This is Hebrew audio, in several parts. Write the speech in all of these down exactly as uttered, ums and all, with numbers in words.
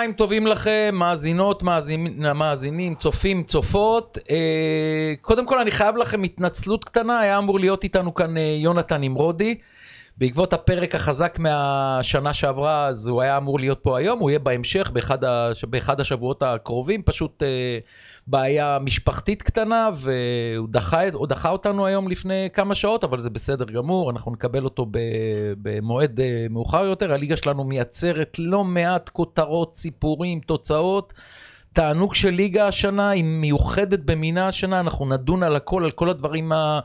צהריים טובים לכם, מאזינות, מאזינים, מאזינים, צופים, צופות. קודם כל אני חייב לכם התנצלות קטנה, היה אמור להיות איתנו כאן יונתן נמרודי. בעקבות הפרק החזק מהשנה שעברה, אז הוא היה אמור להיות פה היום, הוא יהיה בהמשך, באחד, הש... באחד השבועות הקרובים, פשוט אה, בעיה משפחתית קטנה, והוא דחה, הוא דחה אותנו היום לפני כמה שעות, אבל זה בסדר גמור, אנחנו נקבל אותו ב... במועד אה, מאוחר יותר. הליגה שלנו מייצרת לא מעט כותרות, סיפורים, תוצאות, תענוג של ליגה השנה, היא מיוחדת במינה השנה, אנחנו נדון על הכל, על כל הדברים ה...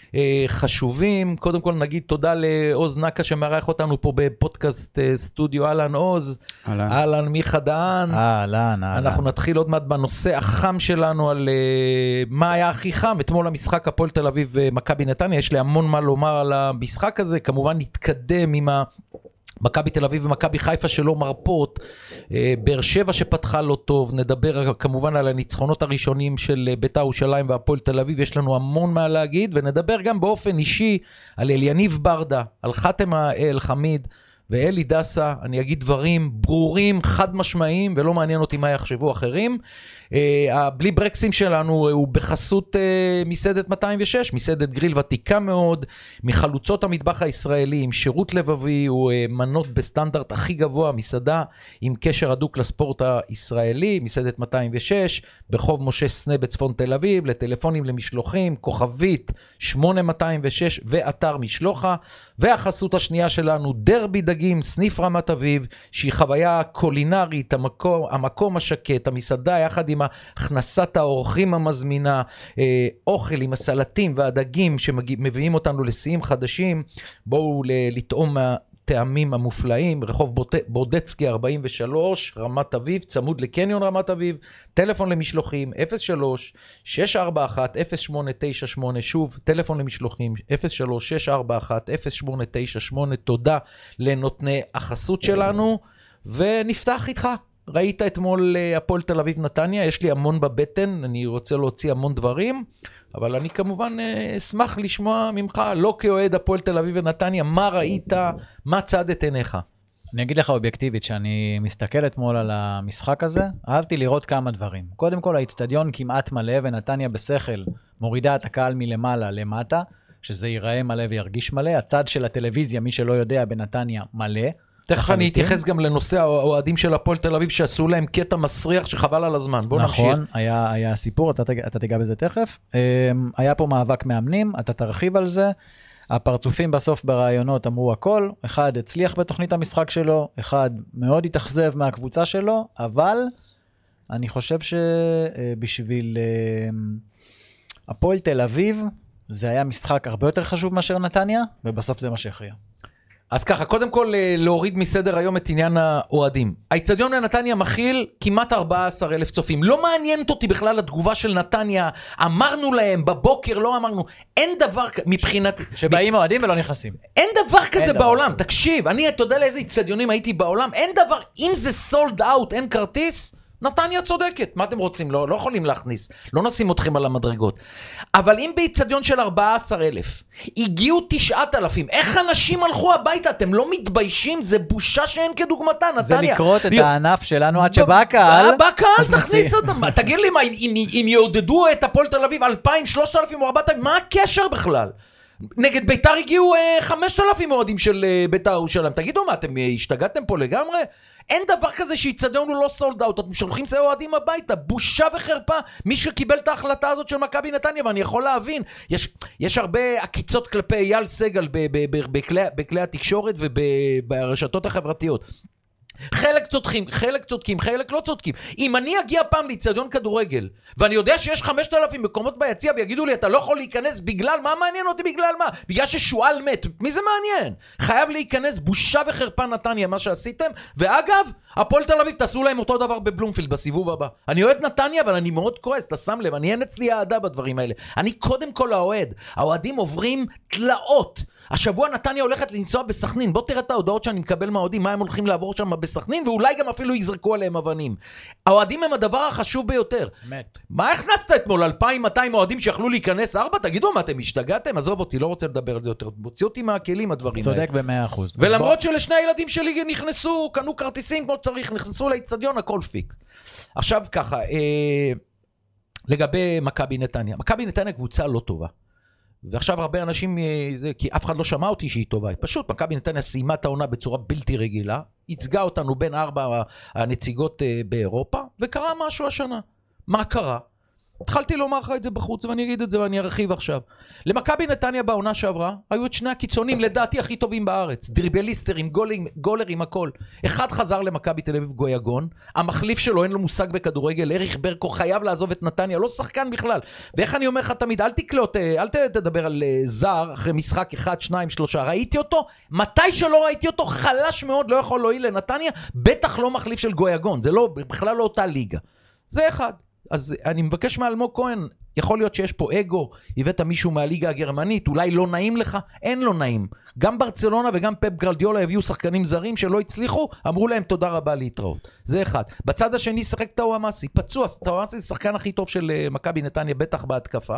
חשובים. קודם כל נגיד תודה לעוז נקה שמארח אותנו פה בפודקאסט סטודיו. אהלן עוז. אהלן. אהלן מיכה דהן. אהלן, אהלן. אנחנו נתחיל עוד מעט בנושא החם שלנו על uh, מה היה הכי חם. אתמול המשחק הפועל תל אביב ומכבי נתניה. יש לי המון מה לומר על המשחק הזה. כמובן נתקדם עם ה... מכבי תל אביב ומכבי חיפה שלא מרפות, באר שבע שפתחה לא טוב, נדבר כמובן על הניצחונות הראשונים של בית"ר ירושלים והפועל תל אביב, יש לנו המון מה להגיד, ונדבר גם באופן אישי על אליניב ברדה, על חאתם אל חמיד ואלי דסה. אני אגיד דברים ברורים, חד משמעיים, ולא מעניין אותי מה יחשבו אחרים. בלי ברקסים שלנו הוא בחסות מסעדת מאתיים ושש, מסעדת גריל ותיקה מאוד, מחלוצות המטבח הישראלי, עם שירות לבבי, הוא מנות בסטנדרט הכי גבוה, מסעדה עם קשר הדוק לספורט הישראלי, מסעדת מאתיים ושש, ברחוב משה סנה בצפון תל אביב, לטלפונים למשלוחים, כוכבית שמונה מאתיים ושש ואתר משלוחה. והחסות השנייה שלנו, דרבי דגים, סניף רמת אביב, שהיא חוויה קולינרית, המקום, המקום השקט, המסעדה יחד עם הכנסת האורחים המזמינה, אה, אוכל עם הסלטים והדגים שמביאים אותנו לשיאים חדשים. בואו לטעום מהטעמים המופלאים, רחוב בורדצקי ארבעים ושלוש, רמת אביב, צמוד לקניון רמת אביב. טלפון למשלוחים אפס שלוש שש ארבע אחת אפס שמונה תשע שמונה, שוב טלפון למשלוחים אפס שלוש שש ארבע אחת אפס שמונה תשע שמונה. תודה לנותני החסות שלנו, ונפתח איתך. ראית אתמול הפועל תל אביב נתניה, יש לי המון בבטן, אני רוצה להוציא המון דברים, אבל אני כמובן אשמח לשמוע ממך, לא כאוהד הפועל תל אביב ונתניה, מה ראית, מה צד את עיניך? אני אגיד לך אובייקטיבית, שאני מסתכל אתמול על המשחק הזה, אהבתי לראות כמה דברים. קודם כל, האצטדיון כמעט מלא, ונתניה בשכל מורידה את הקהל מלמעלה למטה, שזה ייראה מלא וירגיש מלא. הצד של הטלוויזיה, מי שלא יודע, בנתניה מלא. תכף אני אתייחס גם לנושא האוהדים של הפועל תל אביב, שעשו להם קטע מסריח שחבל על הזמן. בוא נמשיך. נכון, היה, היה סיפור, אתה, אתה תיגע בזה תכף. היה פה מאבק מאמנים, אתה תרחיב על זה. הפרצופים בסוף ברעיונות אמרו הכל, אחד הצליח בתוכנית המשחק שלו, אחד מאוד התאכזב מהקבוצה שלו, אבל אני חושב שבשביל הפועל תל אביב, זה היה משחק הרבה יותר חשוב מאשר נתניה, ובסוף זה מה שהכריע. אז ככה, קודם כל להוריד מסדר היום את עניין האוהדים. האצטדיון לנתניה מכיל כמעט ארבעה עשר אלף צופים. לא מעניינת אותי בכלל התגובה של נתניה. אמרנו להם בבוקר, לא אמרנו. אין דבר מבחינת... שבאים אוהדים ולא נכנסים. אין דבר כזה בעולם. תקשיב, אני, אתה יודע לאיזה אצטדיונים הייתי בעולם? אין דבר, אם זה סולד אאוט, אין כרטיס, נתניה צודקת. מה אתם רוצים? לא, לא יכולים להכניס. לא נשים אתכם על המדרגות. אבל אם באצטדיון של ארבעה עשר אלף, הגיעו תשעת אלפים, איך אנשים הלכו הביתה? אתם לא מתביישים? זה בושה שאין כדוגמתה, נתניה. זה לקרות את הענף שלנו עד שבא קהל. בא קהל, תכניס אותם. תגיד לי מה, אם יעודדו את הפועל תל אביב אלפיים, שלושת אלפים או ארבעת אלפים, מה הקשר בכלל? נגד ביתר הגיעו חמשת אלפים אוהדים של ביתר ירושלים. תגידו מה, אתם השתגעתם פה לגמרי? אין דבר כזה שאצטדיון הוא לא סולד אאוט, אתם שולחים זה אוהדים הביתה, בושה וחרפה, מי שקיבל את ההחלטה הזאת של מכבי נתניה, ואני יכול להבין, יש, יש הרבה עקיצות כלפי אייל סגל בכלי, בכלי התקשורת וברשתות החברתיות. חלק צודקים, חלק צודקים, חלק לא צודקים. אם אני אגיע פעם לאצטדיון כדורגל, ואני יודע שיש חמשת אלפים מקומות ביציע, ויגידו לי, אתה לא יכול להיכנס בגלל, מה מעניין אותי בגלל מה? בגלל ששואל מת, מי זה מעניין? חייב להיכנס, בושה וחרפה נתניה, מה שעשיתם, ואגב, הפועל תל אביב תעשו להם אותו דבר בבלומפילד בסיבוב הבא. אני אוהד נתניה, אבל אני מאוד כועס, אתה שם לב, אני אין אצלי העדה בדברים האלה. אני קודם כל האוהד. האוהדים עוברים תלאות. השבוע נתניה הולכת לנסוע בסכנין, בוא תראה את ההודעות שאני מקבל מהאוהדים, מה הם הולכים לעבור שם בסכנין, ואולי גם אפילו יזרקו עליהם אבנים. האוהדים הם הדבר החשוב ביותר. אמת. מה הכנסת אתמול? אלפיים ומאתיים אוהדים שיכלו להיכנס ארבע? תגידו מה, אתם השתגעתם? עזוב אותי, לא רוצה לדבר על זה יותר. מוציא אותי מהכלים הדברים האלה. צודק במאה אחוז. ולמרות שלשני הילדים שלי נכנסו, קנו כרטיסים כמו צריך, נכנסו לאצטדיון, הכל פיקס. עכשיו ככה, אה, לגבי מכבי נתניה. מכבי נתניה קבוצה לא טובה. ועכשיו הרבה אנשים, זה, כי אף אחד לא שמע אותי שהיא טובה, פשוט מכבי נתניה סיימה את העונה בצורה בלתי רגילה, ייצגה אותנו בין ארבע הנציגות באירופה, וקרה משהו השנה. מה קרה? התחלתי לומר לך את זה בחוץ, ואני אגיד את זה ואני ארחיב עכשיו. למכבי נתניה בעונה שעברה, היו את שני הקיצונים, לדעתי הכי טובים בארץ, דריבליסטרים, גולרים, גולרים, הכל. אחד חזר למכבי תל אביב גויגון, המחליף שלו אין לו מושג בכדורגל, אריך ברקו חייב לעזוב את נתניה, לא שחקן בכלל. ואיך אני אומר לך תמיד, אל תקלוט, אל תדבר על זר אחרי משחק אחד, שניים, שלושה, ראיתי אותו, מתי שלא ראיתי אותו, חלש מאוד, לא יכול להועיל לנתניה, בטח לא מחליף של גויגון, זה לא, בכלל לא אותה ליגה. זה אחד. אז אני מבקש מאלמוג כהן, יכול להיות שיש פה אגו, הבאת מישהו מהליגה הגרמנית, אולי לא נעים לך, אין לו נעים. גם ברצלונה וגם פפ גרדיולה הביאו שחקנים זרים שלא הצליחו, אמרו להם תודה רבה להתראות. זה אחד. בצד השני שחק טאוואמאסי, פצוע, טאוואמאסי זה שחקן הכי טוב של מכבי נתניה, בטח בהתקפה,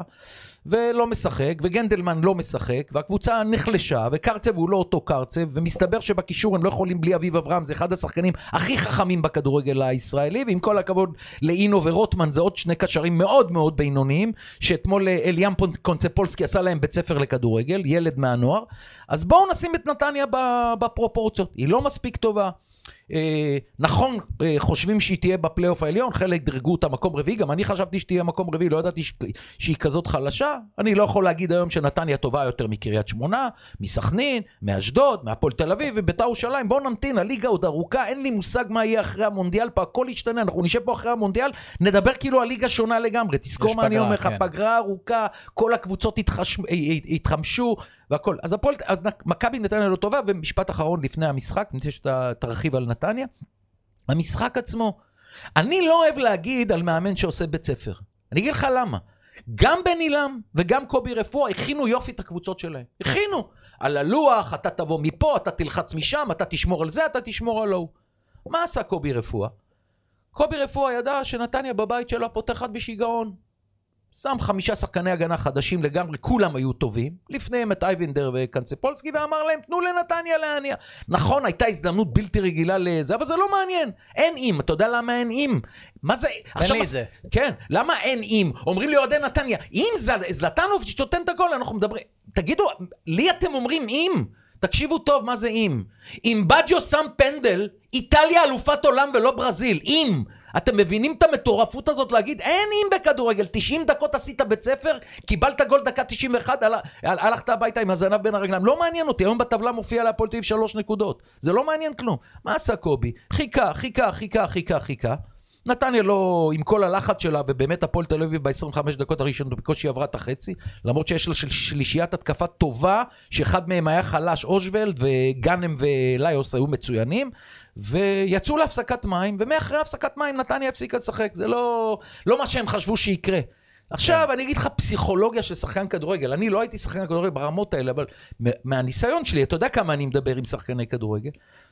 ולא משחק, וגנדלמן לא משחק, והקבוצה נחלשה, וקרצב הוא לא אותו קרצב, ומסתבר שבקישור הם לא יכולים בלי אביב אברהם, זה אחד השחקנים הכי חכמים בכדורגל הישראלי, ועם כל הכבוד לאינו ורוטמן, זה עוד שני קשרים מאוד מאוד בינוניים, שאתמול אליאם קונצפולסקי עשה להם בית ספר לכדורגל, ילד מהנוער, אז בואו נשים את נתניה בפרופורציות, היא לא מספיק טובה, אה, נכון, אה, חושבים שהיא תהיה בפלייאוף העליון, חלק דרגו אותה מקום רביעי, גם אני חשבתי שתהיה מקום רביעי, לא ידעתי ש... שהיא כזאת חלשה, אני לא יכול להגיד היום שנתניה טובה יותר מקריית שמונה, מסכנין, מאשדוד, מהפועל תל אביב ובית"ר ירושלים, בואו נמתין, הליגה עוד ארוכה, אין לי מושג מה יהיה אחרי המונדיאל, פה הכל ישתנה, אנחנו נשב פה אחרי המונדיאל, נדבר כאילו הליגה שונה לגמרי, תזכור מה פגרה, אני אומר לך, כן. פגרה ארוכה, כל הקבוצות התחש... התחמשו, והכל. אז, הפועל, אז מכבי נתניה לא טובה, ומשפט אחרון לפני המשחק, נתן שאתה תרחיב על נתניה, המשחק עצמו, אני לא אוהב להגיד על מאמן שעושה בית ספר. אני אגיד לך למה. גם בן אילם וגם קובי רפואה הכינו יופי את הקבוצות שלהם. הכינו. על הלוח, אתה תבוא מפה, אתה תלחץ משם, אתה תשמור על זה, אתה תשמור על לו. מה עשה קובי רפואה? קובי רפואה ידע שנתניה בבית שלה פותחת בשיגעון. שם חמישה שחקני הגנה חדשים לגמרי, כולם היו טובים, לפניהם את אייבנדר וקנצפולסקי, ואמר להם, תנו לנתניה להניע. נכון, הייתה הזדמנות בלתי רגילה לזה, אבל זה לא מעניין. אין אם, אתה יודע למה אין אם? מה זה? אין לי זה. כן, למה אין אם? אומרים לי אוהדי נתניה, אם זלטנוב שתותן את הגול, אנחנו מדברים, תגידו, לי אתם אומרים אם? תקשיבו טוב מה זה אם. אם בג'ו שם פנדל, איטליה אלופת עולם ולא ברזיל, אם. אתם מבינים את המטורפות הזאת להגיד, אין אם בכדורגל, תשעים דקות עשית בית ספר, קיבלת גול דקה תשעים ואחת, הל, הל, הלכת הביתה עם הזנב בין הרגליים, לא מעניין אותי, היום בטבלה מופיע להפועל תל אביב שלוש נקודות, זה לא מעניין כלום. מה עשה קובי? חיכה, חיכה, חיכה, חיכה, חיכה, נתניה לא, עם כל הלחץ שלה, ובאמת הפועל תל אביב ב-עשרים וחמש דקות הראשונות, בקושי עברה את החצי, למרות שיש לה של שלישיית התקפה טובה, שאחד מהם היה חלש, אושוולד, וגנם וליוס היו מצוינים, ויצאו להפסקת מים, ומאחרי הפסקת מים נתניה הפסיקה לשחק, זה לא, לא מה שהם חשבו שיקרה. עכשיו אני אגיד לך פסיכולוגיה של שחקן כדורגל, אני לא הייתי שחקן כדורגל ברמות האלה, אבל מהניסיון שלי, אתה יודע כמה אני מדבר עם שחקני כדורגל?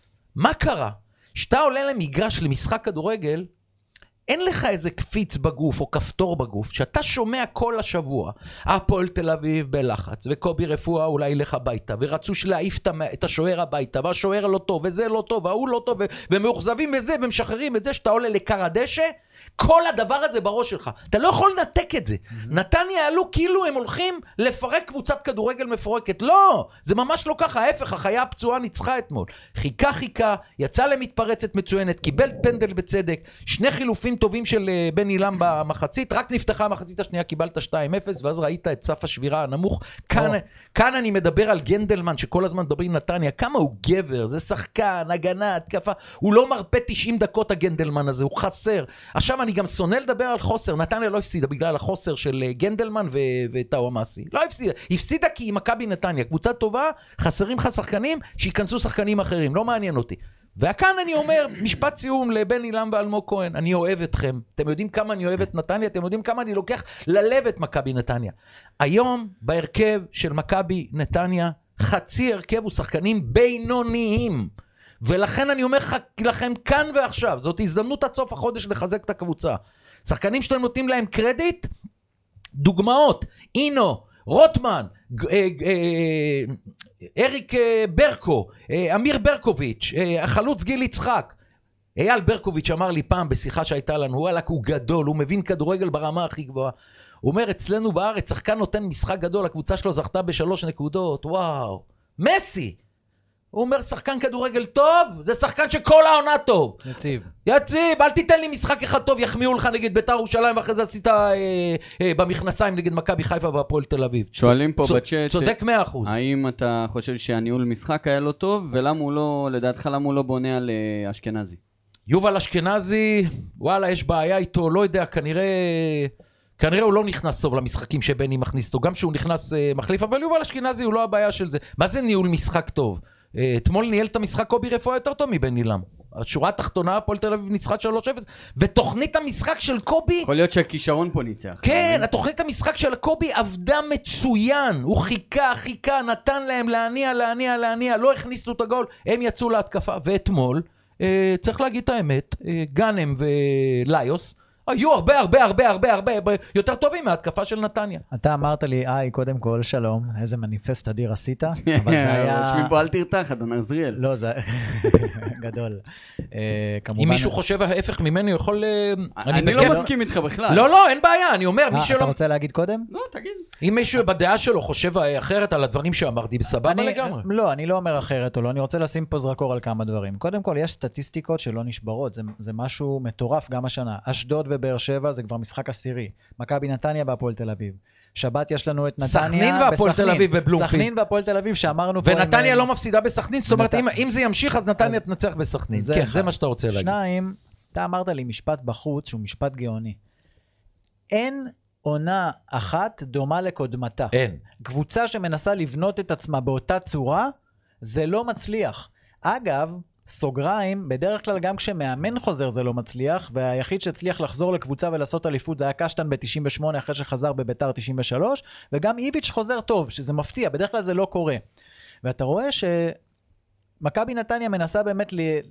מה קרה? שאתה עולה למגרש למשחק כדורגל, אין לך איזה קפיץ בגוף או כפתור בגוף, שאתה שומע כל השבוע, הפועל תל אביב בלחץ, וקובי רפואה אולי ילך הביתה, ורצו להעיף את השוער הביתה, והשוער לא טוב, וזה לא טוב, והוא לא טוב, ומאוכזבים בזה, ומשחררים את זה, שאתה עולה לקר הדשא, כל הדבר הזה בראש שלך, אתה לא יכול לנתק את זה. נתניה עלו כאילו הם הולכים לפרק קבוצת כדורגל מפורקת, לא, זה ממש לא ככה, ההפך, החיה הפצועה ניצחה אתמול, חיכה חיכה, יצא למתפרצת מצוינת, קיבל פנדל בצדק, שני חילופים טובים של בן אילם במחצית, רק נפתחה המחצית השנייה, קיבלת שתיים אפס, ואז ראית את סף השבירה הנמוך, כאן, כאן אני מדבר על גנדלמן, שכל הזמן מדברים נתניה, כמה הוא גבר, זה שחקן, הגנה, התקפה, הוא לא מרפא תשעים דקות הגנדלמן הזה, הוא חסר. עכשיו אני גם שונא לדבר על חוסר, נתניה לא הפסידה בגלל החוסר של גנדלמן וטאוואמאסי, לא הפסידה, הפסידה כי היא מכבי נתניה, קבוצה טובה, חסרים לך שחקנים, שיכנסו שחקנים אחרים, לא מעניין אותי. וכאן אני אומר, משפט סיום לבן אילם ואלמוג כהן, אני אוהב אתכם, אתם יודעים כמה אני אוהב את נתניה, אתם יודעים כמה אני לוקח ללב את מכבי נתניה. היום בהרכב של מכבי נתניה חצי הרכב הוא שחקנים בינוניים. ולכן אני אומר לכם כאן ועכשיו, זאת הזדמנות עד סוף החודש לחזק את הקבוצה. שחקנים שאתם נותנים להם קרדיט, דוגמאות, אינו, רוטמן, אריק ברקו, אמיר ברקוביץ', החלוץ גיל יצחק. אייל ברקוביץ' אמר לי פעם בשיחה שהייתה לנו, וואלה, הוא גדול, הוא מבין כדורגל ברמה הכי גבוהה. הוא אומר, אצלנו בארץ, שחקן נותן משחק גדול, הקבוצה שלו זכתה בשלוש נקודות, וואו, מסי! הוא אומר, שחקן כדורגל טוב, זה שחקן שכל העונה טוב. יציב. יציב, אל תיתן לי משחק אחד טוב, יחמיאו לך נגד בית"ר ירושלים, ואחרי זה עשית אה, אה, במכנסיים נגד מכבי חיפה והפועל תל אביב. שואלים פה צוד, בצ'אט, צודק מאה אחוז. האם אתה חושב שהניהול משחק היה לא טוב, ולמה הוא לא, לדעתך למה הוא לא בונה על אה, אשכנזי? יובל אשכנזי, וואלה, יש בעיה איתו, לא יודע, כנראה... כנראה הוא לא נכנס טוב למשחקים שבני מכניס אותו, גם שהוא נכנס אה, מחליף, אבל יובל אשכנזי הוא לא הבעיה של זה. מה זה ניהול משחק טוב? אתמול ניהל את המשחק קובי רפואה יותר טוב מבן אילם. השורה התחתונה, הפועל תל אביב ניצחה שלוש אפס, ותוכנית המשחק של קובי... יכול להיות שהכישרון פה ניצח. כן, התוכנית המשחק של קובי עבדה מצוין. הוא חיכה, חיכה, נתן להם להניע, להניע, להניע, לא הכניסו את הגול, הם יצאו להתקפה. ואתמול, אה, צריך להגיד את האמת, אה, גאנם וליוס, היו הרבה הרבה הרבה הרבה הרבה יותר טובים מההתקפה של נתניה. אתה אמרת לי, איי, קודם כל, שלום, איזה מניפסט אדיר עשית, אבל זה היה... רושמים פה אל תרתח, אדון עזריאל. לא, זה גדול. אם מישהו חושב ההפך ממני, הוא יכול... אני לא מסכים איתך בכלל. לא, לא, אין בעיה, אני אומר, מי שלא... אתה רוצה להגיד קודם? לא, תגיד. אם מישהו בדעה שלו חושב אחרת על הדברים שאמרתי, בסבבה לגמרי. לא, אני לא אומר אחרת או לא, אני רוצה לשים פה זרקור על כמה דברים. קודם כל, יש סטטיסטיקות שלא נשברות, זה משהו מטורף גם השנה. אשדוד ובאר שבע זה כבר משחק עשירי. מכבי נתניה והפועל תל אביב. שבת יש לנו את נתניה סכנין והפועל תל אביב בבלומפילד. סכנין והפועל תל אביב שאמרנו פה... ונתניה לא מפסידה בסכנין, זאת אומרת, אם זה ימשיך אז נתניה תנצח בסכנין. כן, זה מה שאתה רוצה להגיד. שניים, אתה אמרת לי משפט בחוץ שהוא משפט גאוני. אין עונה אחת דומה לקודמתה. אין. קבוצה שמנסה לבנות את עצמה באותה צורה, זה לא מצליח. אגב, סוגריים, בדרך כלל גם כשמאמן חוזר זה לא מצליח, והיחיד שהצליח לחזור לקבוצה ולעשות אליפות זה היה קשטן ב-תשעים ושמונה אחרי שחזר בביתר תשעים ושלוש, וגם איביץ' חוזר טוב, שזה מפתיע, בדרך כלל זה לא קורה. ואתה רואה שמכבי נתניה מנסה באמת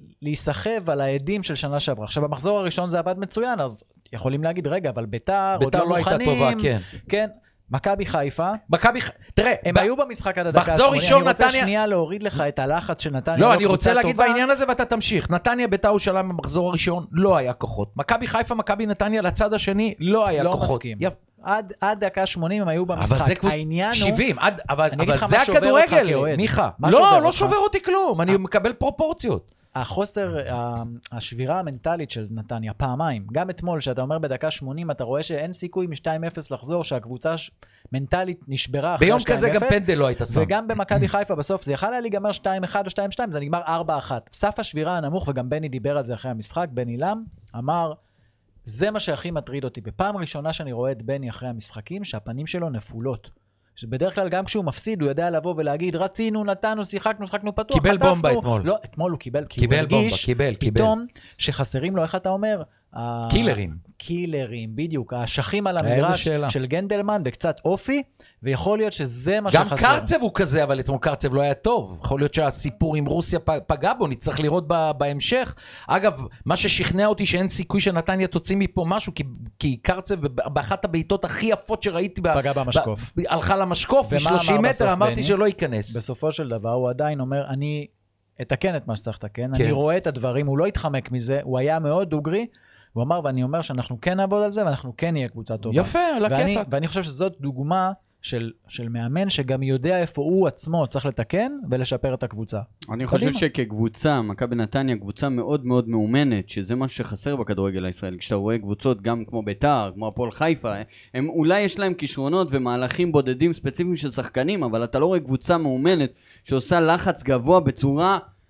להיסחב על העדים של שנה שעברה. עכשיו במחזור הראשון זה עבד מצוין, אז יכולים להגיד, רגע, אבל ביתר עוד לא מוכנים. ביתר לא הייתה טובה, כן. כן. מכבי חיפה, מכבי ח... תראה, הם ב... היו במשחק עד הדקה השמונים, אני רוצה נתניה... שנייה להוריד לך את הלחץ של נתניה. לא, אני רוצה להגיד טובה. בעניין הזה ואתה תמשיך. נתניה ביתר ירושלים במחזור הראשון לא היה כוחות. מכבי חיפה, מכבי נתניה לצד השני לא היה לא כוחות. לא מסכים. יפ... עד, עד דקה שמונים הם היו במשחק. אבל זה כבר שבעים, עד... אבל, אבל זה הכדורגל, מיכה. לא, לא שובר אותי כלום, אני מקבל פרופורציות. החוסר, השבירה המנטלית של נתניה, פעמיים, גם אתמול, שאתה אומר בדקה שמונים, אתה רואה שאין סיכוי מ-שתיים אפס לחזור, שהקבוצה מנטלית נשברה אחרי ביום כזה גם פנדל לא הייתה שם. וגם במכבי חיפה בסוף, זה יכל היה להיגמר שתיים אחת או שתיים שתיים, זה נגמר ארבע אחת. סף השבירה הנמוך, וגם בני דיבר על זה אחרי המשחק, בני לם, אמר, זה מה שהכי מטריד אותי. בפעם ראשונה שאני רואה את בני אחרי המשחקים, שהפנים שלו נפולות. שבדרך כלל גם כשהוא מפסיד הוא יודע לבוא ולהגיד רצינו, נתנו, שיחקנו, שיחקנו פתוח, קיבל חטפנו. בומבה אתמול. לא, אתמול הוא קיבל, כי קיבל הוא בומבה, הרגיש קיבל, קיבל. פתאום שחסרים לו, איך אתה אומר? קילרים. קילרים, בדיוק. האשכים על המגרש של גנדלמן בקצת אופי, ויכול להיות שזה מה שחסר. גם קרצב הוא כזה, אבל אתמול קרצב לא היה טוב. יכול להיות שהסיפור עם רוסיה פגע בו, נצטרך לראות בהמשך. אגב, מה ששכנע אותי שאין סיכוי שנתניה תוציא מפה משהו, כי, כי קרצב באחת הבעיטות הכי יפות שראיתי, פגע במשקוף. ב, הלכה למשקוף, ב-שלושים מטר, אמרתי בני, שלא ייכנס. בסופו של דבר הוא עדיין אומר, אני אתקן את מה שצריך לתקן, כן. אני רואה את הדברים, הוא לא התחמק מזה, הוא היה מאוד דוגרי, הוא אמר, ואני אומר שאנחנו כן נעבוד על זה, ואנחנו כן נהיה קבוצה טובה. יפה, על הכיפק. ואני חושב שזאת דוגמה של, של מאמן שגם יודע איפה הוא עצמו צריך לתקן ולשפר את הקבוצה. אני חושב קדימה. שכקבוצה, מכבי נתניה, קבוצה מאוד מאוד מאומנת, שזה מה שחסר בכדורגל הישראלי. כשאתה רואה קבוצות גם כמו ביתר, כמו הפועל חיפה, הם אולי יש להם כישרונות ומהלכים בודדים ספציפיים של שחקנים, אבל אתה לא רואה קבוצה מאומנת שעושה לחץ גבוה בצורה...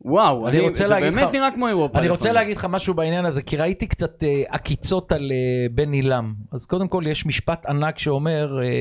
וואו, אני אני, רוצה זה להגיד באמת לך- נראה כמו אירופה. אני רוצה לפעמים. להגיד לך משהו בעניין הזה, כי ראיתי קצת אה, עקיצות על אה, בן אילם. אז קודם כל יש משפט ענק שאומר, אה,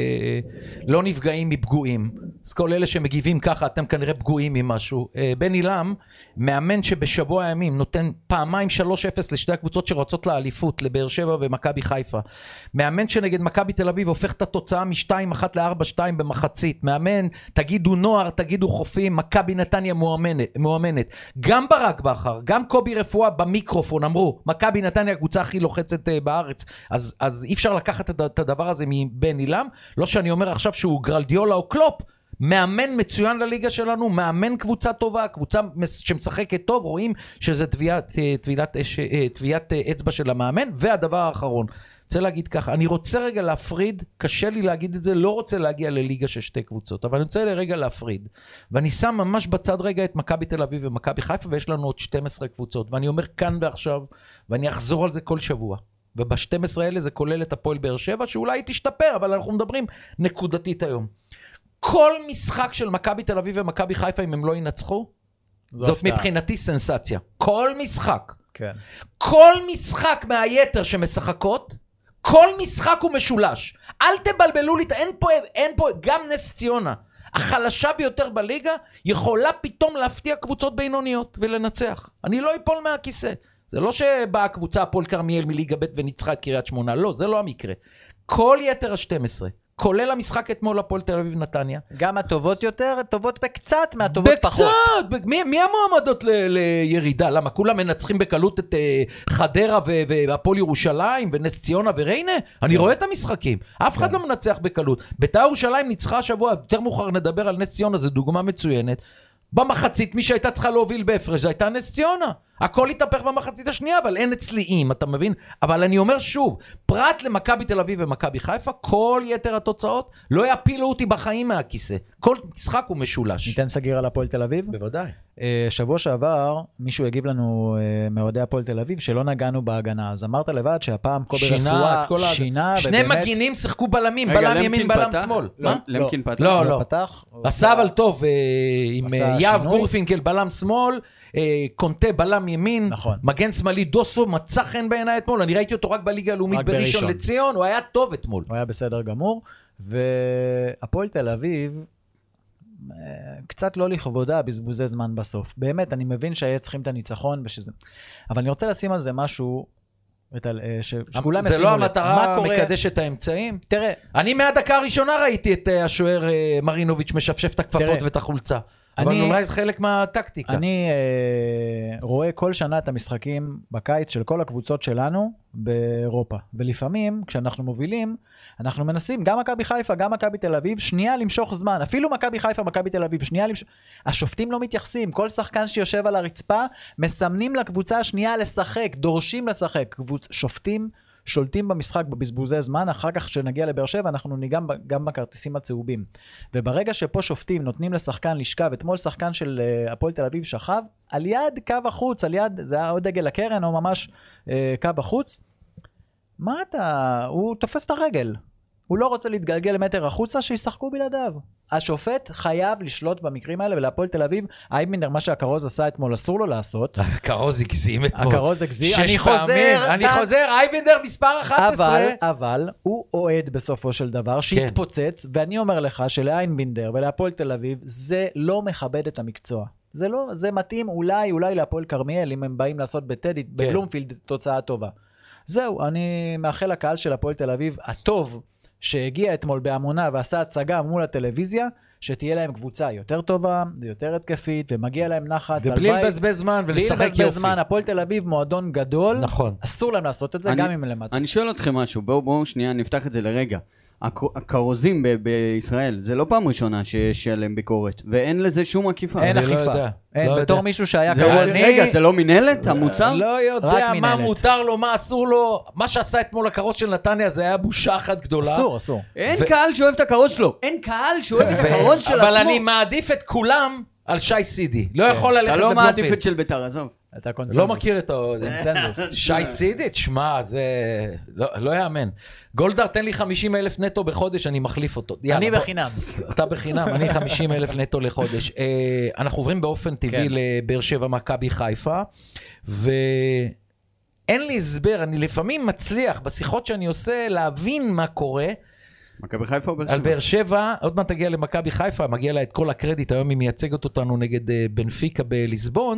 לא נפגעים מפגועים. אז כל אלה שמגיבים ככה, אתם כנראה פגועים ממשהו. אה, בן אילם, מאמן שבשבוע הימים נותן פעמיים שלוש אפס לשתי הקבוצות שרוצות לאליפות, לבאר שבע ומכבי חיפה. מאמן שנגד מכבי תל אביב הופך את התוצאה מ-שתיים אחת ל-ארבע שתיים במחצית. מאמן, תגידו נוער, תגידו חופים, מכבי נתניה מואמנת. מואמנת. גם ברק בכר, גם קובי רפואה במיקרופון אמרו, מכבי נתניה הקבוצה הכי לוחצת uh, בארץ, אז, אז אי אפשר לקחת את, את הדבר הזה מבן אילם, לא שאני אומר עכשיו שהוא גרלדיולה או קלופ, מאמן מצוין לליגה שלנו, מאמן קבוצה טובה, קבוצה שמשחקת טוב, רואים שזה תביעת, תביעת, תביעת אצבע של המאמן, והדבר האחרון, רוצה להגיד ככה, אני רוצה רגע להפריד, קשה לי להגיד את זה, לא רוצה להגיע לליגה של שתי קבוצות, אבל אני רוצה לרגע להפריד, ואני שם ממש בצד רגע את מכבי תל אביב ומכבי חיפה, ויש לנו עוד שתים עשרה קבוצות, ואני אומר כאן ועכשיו, ואני אחזור על זה כל שבוע, וב-שתים עשרה האלה זה כולל את הפועל באר שבע, שאולי תשתפר, אבל אנחנו מדברים נקודתית היום. כל משחק של מכבי תל אביב ומכבי חיפה, אם הם לא ינצחו, זאת הפתעה. מבחינתי סנסציה. כל משחק. כן. כל משחק מהיתר שמשחקות, כל משחק הוא משולש. אל תבלבלו לי, אין פה, אין פה, גם נס ציונה, החלשה ביותר בליגה, יכולה פתאום להפתיע קבוצות בינוניות ולנצח. אני לא אפול מהכיסא. זה לא שבאה קבוצה הפועל כרמיאל מליגה ב' וניצחה את קריית שמונה, לא, זה לא המקרה. כל יתר ה-שתים עשרה, כולל המשחק אתמול הפועל תל אביב נתניה. גם הטובות יותר, טובות בקצת מהטובות פחות. בקצת, מי, מי המועמדות ל, לירידה? למה? כולם מנצחים בקלות את uh, חדרה ו- והפועל ירושלים ונס ציונה וריינה? אני רואה את המשחקים. אף אחד לא מנצח בקלות. בית"ר ירושלים ניצחה השבוע, יותר מאוחר נדבר על נס ציונה, זו דוגמה מצוינת. במחצית מי שהייתה צריכה להוביל בהפרש, זה הייתה נס ציונה. הכל התהפך במחצית השנייה, אבל אין אצליים, אתה מבין? אבל אני אומר שוב, פרט למכבי תל אביב ומכבי חיפה, כל יתר התוצאות לא יפילו אותי בחיים מהכיסא. כל משחק הוא משולש. ניתן סגיר על הפועל תל אביב? בוודאי. שבוע שעבר, מישהו הגיב לנו מאוהדי הפועל תל אביב, שלא נגענו בהגנה. אז אמרת לבד שהפעם קובי רפואה שינה, שני מגינים שיחקו בלמים, בלם ימין, בלם שמאל. מה? למקין פתח? לא, לא. פתח. עשה אבל טוב, עם יאב גורפינקל בלם שמאל, קונטה בלם ימין, נכון. מגן שמאלי דוסו, מצא חן בעיניי אתמול, אני ראיתי אותו רק בליגה הלאומית בראשון לציון, הוא היה טוב אתמול. הוא היה בסדר גמור, והפועל תל אביב, קצת לא לכבודה בזבוזי זמן בסוף. באמת, אני מבין שהיה צריכים את הניצחון, ושזה... אבל אני רוצה לשים על זה משהו, שכולם ישימו לב. זה לא המטרה מקדש את האמצעים? תראה. אני מהדקה הראשונה ראיתי את השוער מרינוביץ' משפשף את הכפפות ואת החולצה. אבל אולי זה חלק מהטקטיקה. אני אה, רואה כל שנה את המשחקים בקיץ של כל הקבוצות שלנו באירופה. ולפעמים, כשאנחנו מובילים, אנחנו מנסים, גם מכבי חיפה, גם מכבי תל אביב, שנייה למשוך זמן. אפילו מכבי חיפה, מכבי תל אביב, שנייה למשוך... השופטים לא מתייחסים. כל שחקן שיושב על הרצפה, מסמנים לקבוצה השנייה לשחק, דורשים לשחק. קבוצ... שופטים שולטים במשחק בבזבוזי זמן, אחר כך שנגיע לבאר שבע, אנחנו ניגע גם בכרטיסים הצהובים. וברגע שפה שופטים נותנים לשחקן לשכב, אתמול שחקן של הפועל תל אביב שכב, על יד קו החוץ, על יד, זה היה עוד דגל הקרן, או ממש אה, קו החוץ, מה אתה, הוא תופס את הרגל. הוא לא רוצה להתגלגל למטר החוצה, שישחקו בלעדיו. השופט חייב לשלוט במקרים האלה, ולהפועל תל אביב, אייבינדר, מה שהקרוז עשה אתמול, אסור לו לעשות. הקרוז הגזים אתמול. הקרוז הגזים. אני חוזר, אני חוזר, אייבינדר מספר אחת עשרה. אבל, אבל, הוא אוהד בסופו של דבר, שהתפוצץ, ואני אומר לך שלאייבינדר ולהפועל תל אביב, זה לא מכבד את המקצוע. זה לא, זה מתאים אולי, אולי להפועל כרמיאל, אם הם באים לעשות בטדי, בבלומפילד, תוצאה טובה. זהו, אני מאחל לקהל של הפועל תל אביב, הטוב, שהגיע אתמול בהמונה ועשה הצגה מול הטלוויזיה, שתהיה להם קבוצה יותר טובה, יותר התקפית, ומגיע להם נחת. ובלי לבזבז זמן ולשחק יופי. בלי לבזבז זמן, הפועל תל אביב מועדון גדול, נכון. אסור להם לעשות את זה, אני, גם אם למטה. אני שואל אתכם משהו, בואו בואו שנייה נפתח את זה לרגע. הכרוזים ב- בישראל, זה לא פעם ראשונה שיש עליהם ביקורת, ואין לזה שום עקיפה. אין אכיפה. לא יודע, אין, לא בתור יודע. מישהו שהיה זה כרוז. אני... רגע, זה לא מנהלת, המוצר? לא יודע מה מנהלת. מותר לו, מה אסור לו. מה שעשה אתמול הכרוז של נתניה, זה היה בושה אחת גדולה. אסור, אסור. אין ו- קהל שאוהב את הכרוז שלו. אין קהל שאוהב את הכרוז של עצמו. אבל אני מעדיף את כולם על שי סידי. לא יכול ללכת אתה לא לבלומפילד. מעדיף את של ביתר, עזוב. אתה קונצנזוס. לא מכיר את ה... קונצנזוס. שי סידיץ', שמע, זה לא יאמן. גולדהר, תן לי חמישים אלף נטו בחודש, אני מחליף אותו. אני בחינם. אתה בחינם, אני חמישים אלף נטו לחודש. אנחנו עוברים באופן טבעי לבאר שבע מכבי חיפה, ואין לי הסבר, אני לפעמים מצליח בשיחות שאני עושה להבין מה קורה, מכבי חיפה או באר שבע? על באר שבע, עוד מעט תגיע למכבי חיפה, מגיע לה את כל הקרדיט, היום היא מייצגת אותנו נגד בנפיקה בליסבון,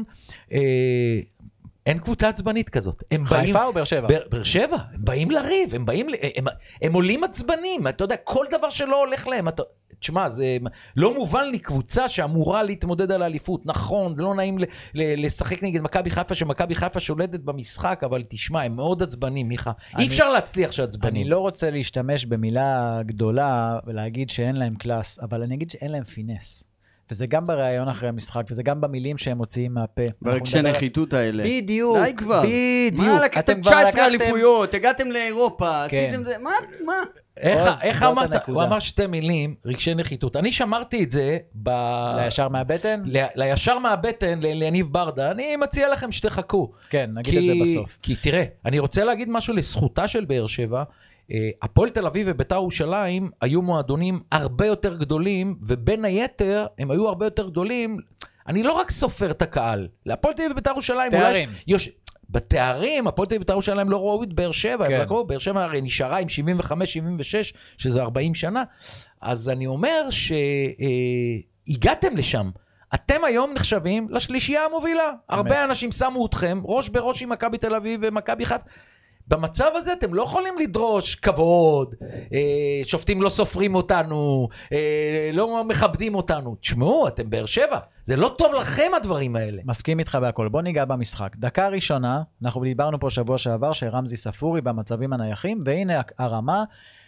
אין קבוצה עצבנית כזאת. חיפה או באר שבע? באר שבע, הם באים לריב, הם באים, הם עולים עצבנים, אתה יודע, כל דבר שלא הולך להם, תשמע, זה לא מובן לי קבוצה שאמורה להתמודד על האליפות, נכון, לא נעים לשחק נגד מכבי חיפה, שמכבי חיפה שולטת במשחק, אבל תשמע, הם מאוד עצבנים, מיכה, אי אפשר להצליח שעצבנים. אני לא רוצה להשתמש במילה גדולה ולהגיד שאין להם קלאס, אבל אני אגיד שאין להם פינס. וזה גם בראיון אחרי המשחק, וזה גם במילים שהם מוציאים מהפה. ברגשי נחיתות האלה. בדיוק. די כבר. בדיוק. מה, לקחתם תשע עשרה אליפויות, הגעתם לאירופה, עשיתם זה, מה, מה? איך אמרת? הוא אמר שתי מילים, רגשי נחיתות. אני שמרתי את זה ב... לישר מהבטן? לישר מהבטן, ליניב ברדה. אני מציע לכם שתחכו. כן, נגיד את זה בסוף. כי תראה, אני רוצה להגיד משהו לזכותה של באר שבע, הפועל תל אביב ובית"ר ירושלים היו מועדונים הרבה יותר גדולים, ובין היתר הם היו הרבה יותר גדולים, אני לא רק סופר את הקהל, להפועל תל אביב ובית"ר ירושלים, תארים. יוש... בתארים, הפועל תל אביב ובית"ר ירושלים לא ראו את באר שבע, כן. באר שבע הרי נשארה עם שבעים וחמש שבעים ושש, שזה ארבעים שנה, אז אני אומר שהגעתם לשם, אתם היום נחשבים לשלישייה המובילה, הרבה אנשים שמו אתכם, ראש בראש עם מכבי תל אביב ומכבי חיפה, במצב הזה אתם לא יכולים לדרוש כבוד, שופטים לא סופרים אותנו, לא מכבדים אותנו. תשמעו, אתם באר שבע, זה לא טוב לכם הדברים האלה. מסכים איתך בהכל, בוא ניגע במשחק. דקה ראשונה, אנחנו דיברנו פה שבוע שעבר שרמזי ספורי במצבים הנייחים, והנה הרמה,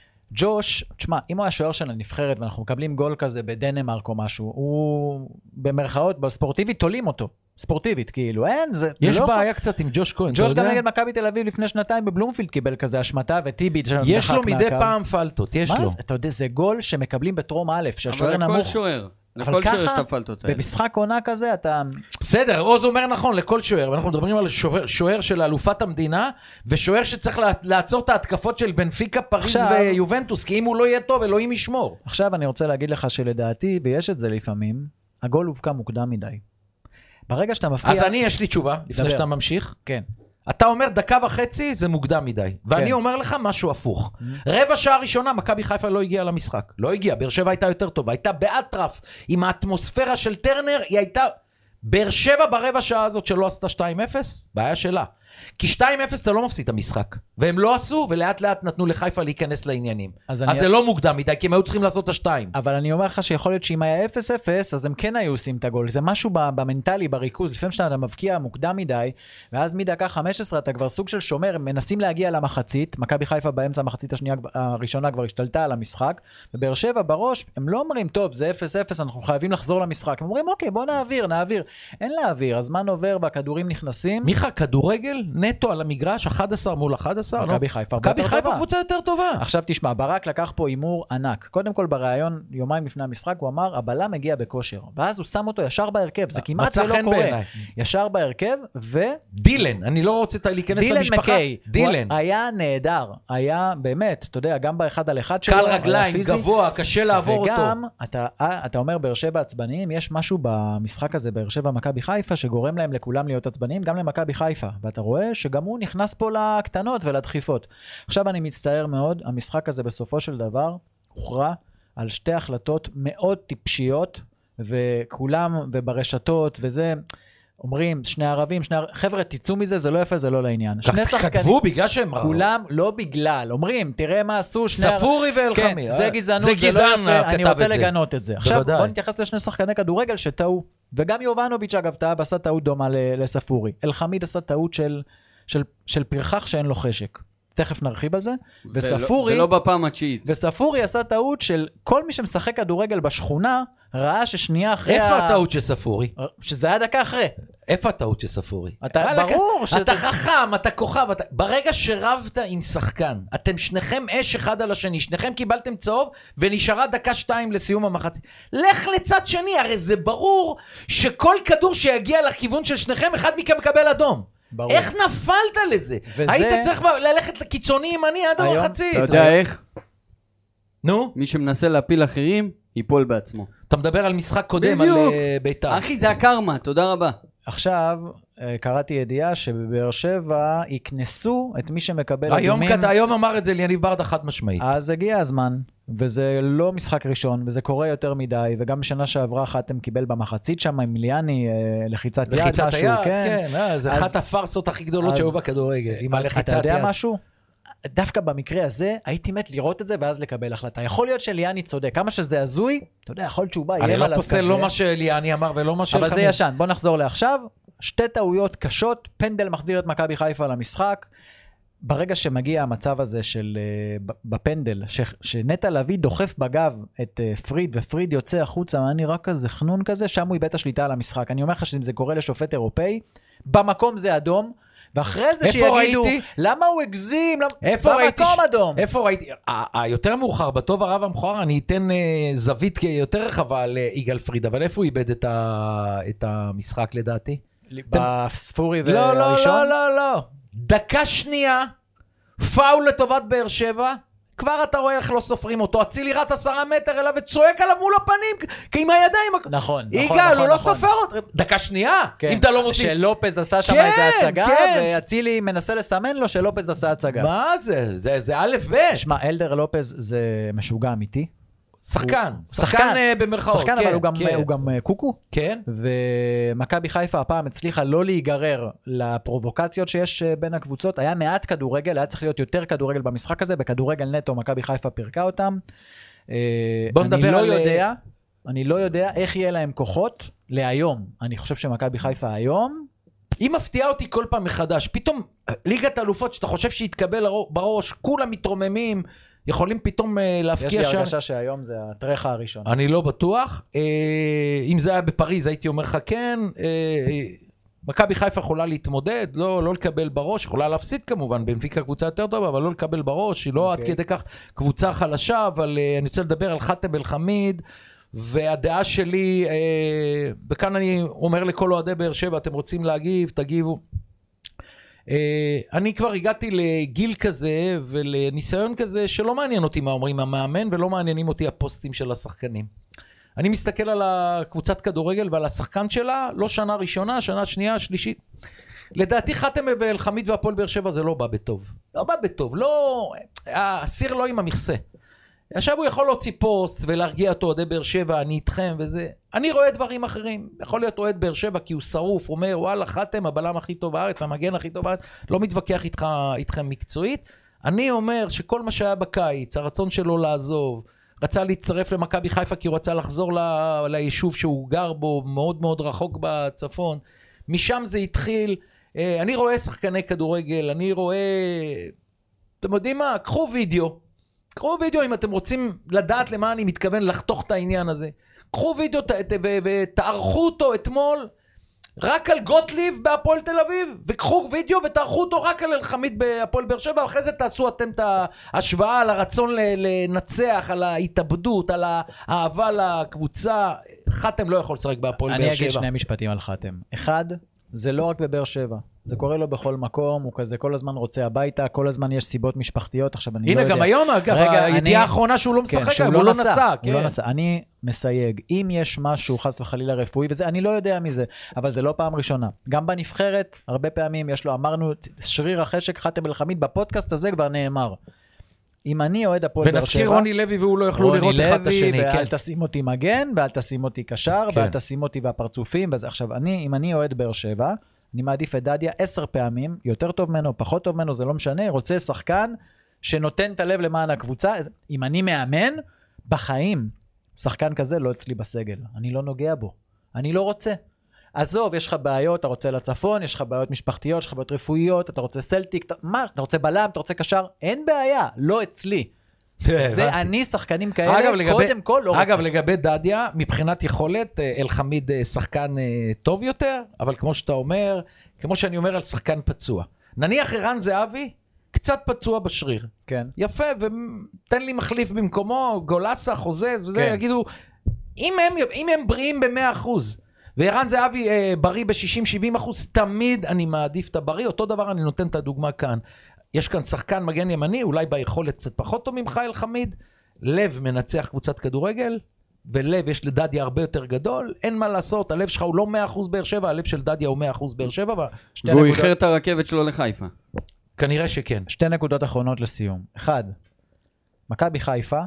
ג'וש, תשמע, אם הוא היה שוער של הנבחרת ואנחנו מקבלים גול כזה בדנמרק או משהו, הוא במרכאות, בספורטיבית תולים אותו. ספורטיבית, כאילו, אין, זה... יש לא בעיה קצת עם ג'וש כהן, ג'וש גם נגד מכבי תל אביב לפני שנתיים בבלומפילד קיבל כזה השמטה, וטיבי... יש לו מדי פעם פלטות, יש לו. מה זה? אתה יודע, זה גול שמקבלים בטרום א', שהשוער נמוך. אבל לכל שוער. אבל ככה, במשחק עונה כזה, אתה... בסדר, עוז אומר נכון, לכל שוער, ואנחנו מדברים על שוער של אלופת המדינה, ושוער שצריך לעצור את ההתקפות של בנפיקה, פריז ויובנטוס, כי אם הוא לא יהיה טוב, אלוהים ישמור. עכשיו אני רוצה להגיד לך שלדעתי, ויש את זה לפעמים, הגול הובקע מוקדם מדי. ברגע שאתה מפקיע... אז אני, יש לי תשובה, לפני שאתה ממשיך. כן. אתה אומר דקה וחצי זה מוקדם מדי, ואני אומר לך משהו הפוך. רבע שעה ראשונה מכבי חיפה לא הגיעה למשחק, לא הגיעה, באר שבע הייתה יותר טובה, הייתה באטרף עם האטמוספירה של טרנר, היא הייתה באר שבע ברבע שעה הזאת שלא עשתה שתיים אפס, בעיה שלה. כי שתיים אפס אתה לא מפסיד את המשחק, והם לא עשו, ולאט לאט נתנו לחיפה להיכנס לעניינים. אז, אז אני... זה לא מוקדם מדי, כי הם היו צריכים לעשות את השתיים. אבל אני אומר לך שיכול להיות שאם היה אפס אפס, אז הם כן היו עושים את הגול. זה משהו במנטלי, בריכוז, לפעמים שאתה מבקיע מוקדם מדי, ואז מדקה חמש עשרה אתה כבר סוג של שומר, הם מנסים להגיע למחצית, מכבי חיפה באמצע המחצית השנייה, הראשונה כבר השתלטה על המשחק, ובאר שבע בראש, הם לא אומרים, טוב, זה אפס אפס, אנחנו חייבים לחזור למשחק. הם אומרים, אוקיי, בוא נעביר, נעביר. אין להעביר, הזמן עובר והכדורים נכנסים. מיכה, כדורגל נטו על המגרש, אחת עשרה מול אחת עשרה. מכבי חיפה, מכבי חיפה קבוצה יותר טובה. עכשיו תשמע, ברק לקח פה אימור ענק. קודם כל בראיון, יומיים לפני המשחק, הוא אמר, הבלם מגיע בכושר. ואז הוא שם אותו ישר בהרכב. זה כמעט ולא קורה. ישר בהרכב, ו... דילן, אני לא רוצה להיכנס למשפחה. דילן. היה נהדר. היה באמת, אתה יודע, גם באחד על אחד שלו. קל רגליים, גבוה, קשה לעבור אותו. וגם, אתה, אתה אומר, באר שבע עצבניים, יש משהו במשחק הזה, באר שבע מכבי חיפה, שגורם להם לכולם להיות עצבניים, גם למכבי חיפה. ואתה רואה שגם הוא נכנס פה לקטנות ולדחיפות. עכשיו אני מצטער מאוד, המשחק הזה בסופו של דבר הוכרע על שתי החלטות מאוד טיפשיות, וכולם וברשתות וזה, אומרים שני ערבים, שני ערבים, חבר'ה תצאו מזה, זה לא יפה, זה לא לעניין. שני שחקנים, כתבו בגלל שהם ראו. כולם לא בגלל, אומרים, תראה מה עשו שני ערבים. ספורי ואלחמי. כן, זה גזענות, זה, זה לא יפה, אני רוצה לגנות את זה. עכשיו בוא נתייחס לשני שחקני כדורגל שטעו, וגם יובנוביץ' אגב טעה, עשה טעות דומה לספורי. אלחמיד עשה טעות של של, של פרחח שאין לו חשק. תכף נרחיב על זה. וספורי, ולא בפעם התשיעית. וספורי עשה טעות של כל מי שמשחק כדורגל בשכונה, ראה ששנייה אחרי... איפה הטעות של ספורי? שזה היה דקה אחרי. איפה הטעות של ספורי? אתה, ברור אתה שאתה... חכם, אתה כוכב, אתה... ברגע שרבת עם שחקן, אתם שניכם אש אחד על השני, שניכם קיבלתם צהוב, ונשארה דקה שתיים לסיום המחצית. לך לצד שני, הרי זה ברור שכל כדור שיגיע לכיוון של שניכם, אחד מכם מקבל אדום. ברור. איך נפלת לזה? וזה... היית צריך ללכת לקיצוני ימני עד היום... המחצית. אתה יודע היום... איך? נו? מי שמנסה להפיל אחרים, ייפול בעצמו. אתה מדבר על משחק קודם, בדיוק. על uh, ביתר. אחי, זה הקרמה, תודה רבה. עכשיו, קראתי ידיעה שבבאר שבע יקנסו את מי שמקבל היום אדומים. היום אמר את זה ליניב ברדה חד משמעית. אז הגיע הזמן, וזה לא משחק ראשון, וזה קורה יותר מדי, וגם בשנה שעברה חתם קיבל במחצית שם עם ליאני, לחיצת יד, לחיצת משהו, היד, כן. כן, אה, זה אז, אחת הפרסות הכי גדולות אז, שהיו בכדורגל, עם הלחיצת יד. אתה יודע משהו? דווקא במקרה הזה, הייתי מת לראות את זה, ואז לקבל החלטה. יכול להיות שליאני צודק, כמה שזה הזוי, אתה יודע, יכול להיות שהוא בא, יהיה עליו כזה. אני לא פוסל לא מה שליאני אמר ולא מה אבל זה ישן, בוא נחזור לעכשיו. שתי טעויות קשות, פנדל מחזיר את מכבי חיפה למשחק. ברגע שמגיע המצב הזה של, בפנדל, ש, שנטע לביא דוחף בגב את פריד, ופריד יוצא החוצה, אני רק כזה חנון כזה, שם הוא איבד את השליטה על המשחק. אני אומר לך שאם זה קורה לשופט אירופאי, במקום זה אדום, ואחרי זה שיגידו, למה הוא הגזים, במקום אדום. איפה ראיתי, היותר מאוחר, בטוב הרב המכוער, אני אתן זווית יותר רחבה על יגאל פריד, אבל איפה הוא איבד את המשחק לדעתי? בספורי והראשון? לא, לא, לא, לא. דקה שנייה, פאול לטובת באר שבע, כבר אתה רואה איך לא סופרים אותו, אצילי רץ עשרה מטר אליו וצועק עליו מול הפנים, כי עם הידיים... נכון, נכון, יגאל, הוא לא סופר אותו. דקה שנייה, אם אתה לא מוציא... שלופז עשה שם איזה הצגה, ואצילי מנסה לסמן לו שלופז עשה הצגה. מה זה? זה א' ב'. שמע, אלדר לופז זה משוגע אמיתי. שחקן, שחקן במרכאות. שחקן, אבל הוא גם קוקו. כן. ומכבי חיפה הפעם הצליחה לא להיגרר לפרובוקציות שיש בין הקבוצות. היה מעט כדורגל, היה צריך להיות יותר כדורגל במשחק הזה. בכדורגל נטו, מכבי חיפה פירקה אותם. בוא נדבר על... אני לא יודע איך יהיה להם כוחות להיום. אני חושב שמכבי חיפה היום... היא מפתיעה אותי כל פעם מחדש. פתאום ליגת האלופות שאתה חושב שיתקבל בראש, כולם מתרוממים, יכולים פתאום להפקיע שם. יש לי הרגשה שהיום זה הטרחה הראשון. אני לא בטוח. אם זה היה בפריז, הייתי אומר לך כן. מכבי חיפה יכולה להתמודד, לא, לא לקבל בראש, יכולה להפסיד כמובן, בנפיקה קבוצה יותר טובה, אבל לא לקבל בראש, היא לא עד כדי כך קבוצה חלשה, אבל אני רוצה לדבר על חאתם אל חמיד, והדעה שלי, וכאן אני אומר לכל אוהדי באר שבע, אתם רוצים להגיב, תגיבו. אני כבר הגעתי לגיל כזה ולניסיון כזה שלא מעניין אותי מה אומרים המאמן ולא מעניינים אותי הפוסטים של השחקנים. אני מסתכל על הקבוצת כדורגל ועל השחקן שלה, לא שנה ראשונה, שנה שנייה, שלישית. לדעתי חאתם אל חמיד והפועל באר שבע זה לא בא בטוב. לא בא בטוב, לא... הסיר לא עם המכסה. עכשיו הוא יכול להוציא פוסט ולהרגיע אותו אוהדי באר שבע, אני איתכם וזה. אני רואה דברים אחרים. יכול להיות אוהד באר שבע כי הוא שרוף, אומר וואלה חאתם הבלם הכי טוב בארץ, המגן הכי טוב בארץ, לא מתווכח איתך, איתכם מקצועית. אני אומר שכל מה שהיה בקיץ, הרצון שלו לעזוב, רצה להצטרף למכבי חיפה כי הוא רצה לחזור ל... ליישוב שהוא גר בו, מאוד מאוד רחוק בצפון. משם זה התחיל. אני רואה שחקני כדורגל, אני רואה... אתם יודעים מה? קחו וידאו. קחו וידאו אם אתם רוצים לדעת למה אני מתכוון לחתוך את העניין הזה. קחו וידאו ותערכו אותו אתמול רק על גוטליב בהפועל תל אביב, וקחו וידאו ותערכו אותו רק על אלחמיד בהפועל באר שבע, ואחרי זה תעשו אתם את ההשוואה על הרצון לנצח, על ההתאבדות, על האהבה לקבוצה. חאתם לא יכול לשחק בהפועל באר שבע. אני אגיד שני משפטים על חאתם. אחד, זה לא רק בבאר שבע. זה קורה לו בכל מקום, הוא כזה כל הזמן רוצה הביתה, כל הזמן יש סיבות משפחתיות, עכשיו אני לא יודע. הנה, גם היום, אגב, הידיעה האחרונה שהוא לא משחק, הוא לא נסע. הוא לא נסע. אני מסייג, אם יש משהו חס וחלילה רפואי, וזה, אני לא יודע מזה, אבל זה לא פעם ראשונה. גם בנבחרת, הרבה פעמים יש לו, אמרנו, שריר החשק, חאתם אל חמיד, בפודקאסט הזה כבר נאמר. אם אני אוהד הפועל באר שבע, ונזכיר רוני לוי והוא לא יוכלו לראות אחד את השני. ואל תשים אותי מגן, ואל תשים אותי קשר, ואל תשים אותי והפרצופים. עכשיו, אם אני אוהד באר שבע, אני מעדיף את דדיה עשר פעמים, יותר טוב ממנו, פחות טוב ממנו, זה לא משנה, רוצה שחקן שנותן את הלב למען הקבוצה. אם אני מאמן, בחיים, שחקן כזה לא אצלי בסגל. אני לא נוגע בו. אני לא רוצה. עזוב, יש לך בעיות, אתה רוצה לצפון, יש לך בעיות משפחתיות, יש לך בעיות רפואיות, אתה רוצה סלטיק, אתה, מה? אתה רוצה בלם, אתה רוצה קשר, אין בעיה, לא אצלי. זה אני, שחקנים כאלה, קודם כל לא רוצה. אגב, לגבי דדיה, מבחינת יכולת, אלחמיד שחקן טוב יותר, אבל כמו שאתה אומר, כמו שאני אומר על שחקן פצוע. נניח ערן זהבי, קצת פצוע בשריר. כן. יפה, ותן לי מחליף במקומו, גולסה, חוזז, וזה, יגידו, אם הם, אם הם בריאים ב-מאה אחוז, וערן זהבי אה, בריא ב-שישים שבעים אחוז, תמיד אני מעדיף את הבריא, אותו דבר אני נותן את הדוגמה כאן. יש כאן שחקן מגן ימני, אולי ביכולת קצת פחות טוב ממך אלחמיד, לב מנצח קבוצת כדורגל, ולב יש לדדיה הרבה יותר גדול, אין מה לעשות, הלב שלך הוא לא מאה אחוז באר שבע, הלב של דדיה הוא מאה אחוז באר שבע. והוא איחר את הרכבת שלו לחיפה. כנראה שכן. שתי נקודות אחרונות לסיום. אחד, מכבי חיפה,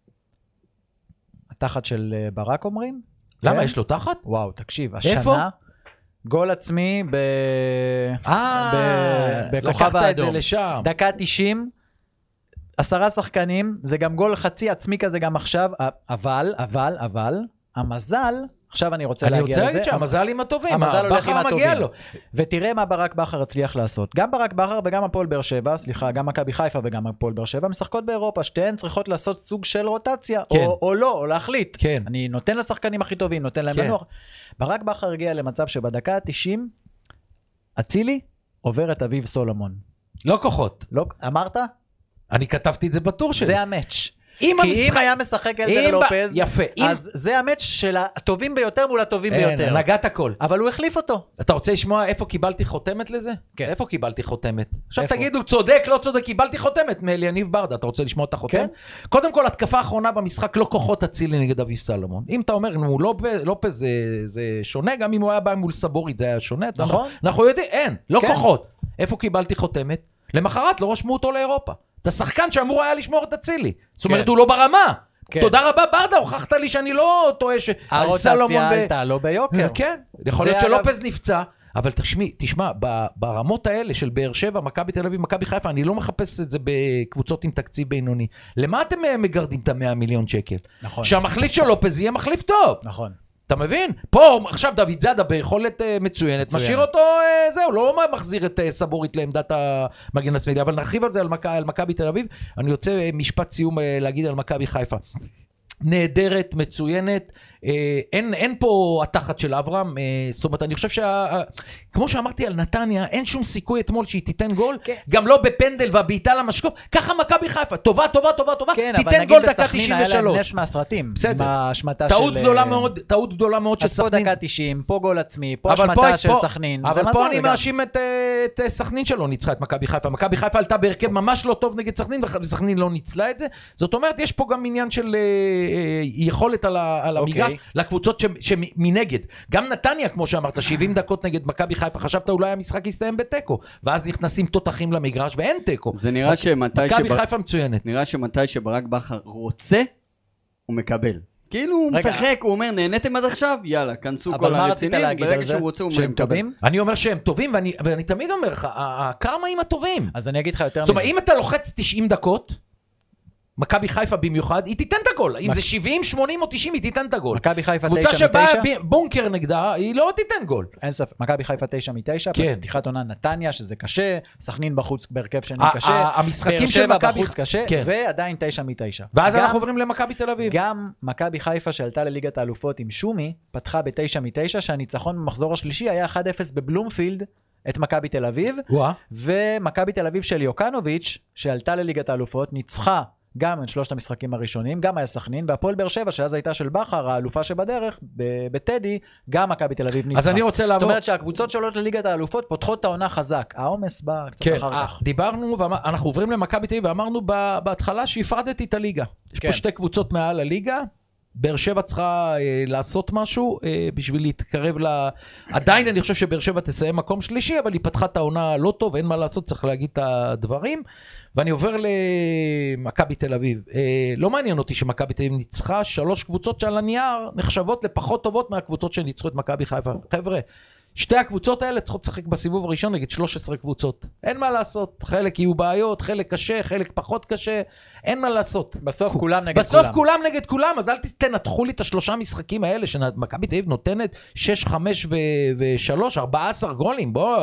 התחת של ברק אומרים? למה, יש לו תחת? וואו, תקשיב, השנה... איפה? גול עצמי ב... אה, בכוכב האדום. לקחת את זה לשם. דקה תשעים, עשרה שחקנים, זה גם גול חצי עצמי כזה גם עכשיו, אבל, אבל, אבל, המזל, עכשיו אני רוצה להגיע לזה. אני רוצה להגיד שהמזל עם הטובים, המזל הולך עם בכר מגיע הטובים. לו. ותראה מה ברק בכר הצליח לעשות. גם ברק בכר וגם הפועל באר שבע, סליחה, גם מכבי חיפה וגם הפועל באר שבע, משחקות באירופה, שתיהן צריכות לעשות סוג של רוטציה, כן. או, או לא, או להחליט. כן. אני נותן לשחקנים הכי טובים, נותן להם כן. לנוח. ברק בכר הגיע למצב שבדקה ה-תשעים, אצילי עובר את אביב סולומון. לא כוחות. לא, אמרת? אני כתבתי את זה בטור שלי. זה המאץ'. אם כי המשחק... אם היה משחק אלדר לופז, יפה. אז אם... זה המאץ' של הטובים ביותר מול הטובים אין, ביותר. נגעת הכל. אבל הוא החליף אותו. אתה רוצה לשמוע איפה קיבלתי חותמת לזה? כן. איפה קיבלתי חותמת? עכשיו איפה? תגידו, צודק, לא צודק, קיבלתי חותמת מאליניב ברדה. אתה רוצה לשמוע את החותמת? כן. קודם כל, התקפה האחרונה במשחק לא כוחות אצילי נגד אביב סלומון. אם אתה אומר, נו, לופז זה, זה שונה, גם אם הוא היה בא מול סבורית, זה היה שונה. נכון. אנחנו, אנחנו יודעים, אין, לא כן. כוחות. איפה קיבלתי חותמת? למחרת לא רשמו אותו לאירופה. אתה שחקן שאמור היה לשמור את אצילי. זאת אומרת, כן. הוא לא ברמה. כן. תודה רבה ברדה, הוכחת לי שאני לא טועה ש... הרוטציה עלתה לא ביוקר. כן, יכול להיות שלופז נפצע, אבל תשמע, תשמע, ברמות האלה של באר שבע, מכבי תל אביב, מכבי חיפה, אני לא מחפש את זה בקבוצות עם תקציב בינוני. למה אתם מגרדים את ה-מאה מיליון שקל? נכון. שהמחליף של לופז יהיה מחליף טוב. נכון. אתה מבין? פה עכשיו דוד זאדה ביכולת uh, מצוינת, מצוין. משאיר אותו, uh, זהו, לא מחזיר את uh, סבורית לעמדת המגן השמאלי, אבל נרחיב על זה על, מק... על מכבי תל אביב. אני רוצה uh, משפט סיום uh, להגיד על מכבי חיפה. נהדרת, מצוינת, אה, אין, אין פה התחת של אברהם, אה, זאת אומרת, אני חושב שה... כמו שאמרתי על נתניה, אין שום סיכוי אתמול שהיא תיתן גול, כן. גם לא בפנדל והבעיטה למשקוף, ככה מכבי חיפה, טובה, טובה, טובה, טובה, כן, תיתן גול דקה תשעים ושלוש. כן, אבל נגיד בסכנין היה להם נס מהסרטים, בהשמטה של... טעות גדולה מאוד, טעות גדולה מאוד שסכנין... אז פה דקה תשעים, פה גול עצמי, פה השמטה של סכנין, אבל פה אני מאשים את, את סכנין שלו, ניצחה את מכבי חיפה, מכבי חיפה עלתה בהרכב ממש לא טוב נגד סכנין, וסכנין לא ניצלה את זה, זאת אומרת, יש פה גם עניין של יכולת על, ה, על המגרש, okay. לקבוצות ש, שמנגד. גם נתניה, כמו שאמרת, שבעים דקות נגד מכבי חיפה, חשבת אולי המשחק יסתיים בטקו, ואז נכנסים תותחים למגרש, ואין טקו. זה נראה שמתי מכבי שבר... חיפה מצוינת. נראה שמתי שברק בכר רוצה, הוא מקבל. כאילו הוא משחק, הוא אומר, נהניתם עד עכשיו? יאללה, כנסו כל הרצינים, ברגע שהוא רוצה, הוא מקבל. אני אומר שהם טובים, ואני, ואני תמיד אומר לך, הקרמה עם הטובים. אז אני אגיד לך יותר מזה. זאת אומרת, אם אתה לוחץ תשעים דקות, מכבי חיפה במיוחד, היא תיתן את הגול. אם זה שבעים, שמונים או תשעים, היא תיתן את הגול. מכבי חיפה תשע מתשע. קבוצה שבאה מתשע. בונקר נגדה, היא לא תיתן גול. אין ספק. מכבי חיפה תשע מתשע, כן. פתיחת עונה נתניה, שזה קשה, סכנין בחוץ בהרכב שני ה- קשה, ה- המשחקים של באר שבע מכבי- בחוץ קשה, כן. ועדיין תשע מתשע. ואז גם- אנחנו עוברים למכבי תל אביב. גם מכבי חיפה שעלתה לליגת האלופות עם שומי, פתחה בתשע מתשע, שהניצחון במחזור השלישי היה אחד אפס בבלומפילד, את מכבי תל אביב, וואה. ומכבי תל אביב של יוקנוביץ', שעלתה לליגת האלופות, ניצחה גם את שלושת המשחקים הראשונים, גם היה סכנין, והפועל באר שבע, שאז הייתה של בכר, האלופה שבדרך, בטדי, גם מכבי תל אביב ניצחה. אז אני רוצה לעבור... זאת אומרת שהקבוצות שעולות לליגת האלופות, פותחות את העונה חזק. העומס בא קצת כן, אחר כך. דיברנו, ואנחנו עוברים למכבי תל אביב, ואמרנו בהתחלה שהפרדתי את הליגה. יש כן. פה שתי קבוצות מעל הליגה, באר שבע צריכה אה, לעשות משהו אה, בשביל להתקרב ל... עדיין אני חושב שבאר שבע תסיים מקום שלישי, אבל היא פתחה את העונה לא טוב, אין מה לעשות, צריך להגיד את הדברים. ואני עובר למכבי תל אביב. אה, לא מעניין אותי שמכבי תל אביב ניצחה שלוש קבוצות שעל הנייר נחשבות לפחות טובות מהקבוצות שניצחו את מכבי חיפה. חבר'ה, שתי הקבוצות האלה צריכות לשחק בסיבוב הראשון נגד שלוש עשרה קבוצות. אין מה לעשות. חלק יהיו בעיות, חלק קשה, חלק פחות קשה. אין מה לעשות. בסוף כולם נגד בסוף כולם. כולם נגד כולם, אז אל תנתחו לי את השלושה משחקים האלה, שמכבי תל אביב נותנת שש, חמש ושלוש, ארבעה עשר גולים, בוא.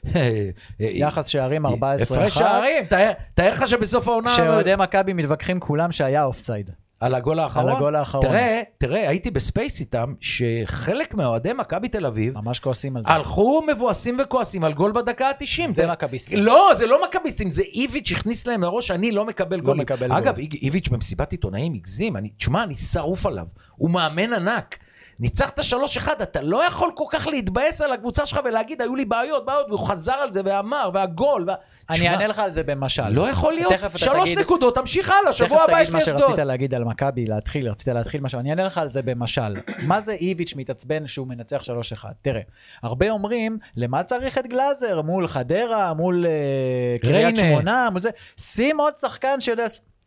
יחס שערים ארבע עשרה הפרש שערים, תאר לך שבסוף העונה... שאוהדי מכבי מתווכחים כולם שהיה אופסייד. על הגול האחרון? על הגול האחרון. תראה, תראה, הייתי בספייס איתם, שחלק מהאוהדי מכבי תל אביב, ממש כועסים על זה. הלכו מבואסים וכועסים על גול בדקה ה-תשעים. זה מכביסטים. לא, זה לא מכביסטים, זה איביץ' הכניס להם לראש, אני לא מקבל גולים. מקבל אגב, גול. איביץ' במסיבת עיתונאים הגזים, אני, תשמע, אני שרוף עליו, הוא מאמן ענק. ניצחת שלוש אחד, אתה לא יכול כל כך להתבאס על הקבוצה שלך ולהגיד, היו לי בעיות, בעיות, והוא חזר על זה ואמר, והגול. וה... אני אענה לך על זה במשל. לא יכול להיות, שלוש תגיד, נקודות, תמשיך הלאה, שבוע הבא יש לי אשדוד. תכף תגיד מה שרצית להגיד על מכבי, להתחיל, רצית להתחיל משהו, אני אענה לך על זה במשל. מה זה איביץ' מתעצבן שהוא מנצח שלוש אחד? תראה, הרבה אומרים, למה צריך את גלאזר? מול חדרה, מול uh, קריית שמונה, מול זה. שים עוד שחקן שיודע...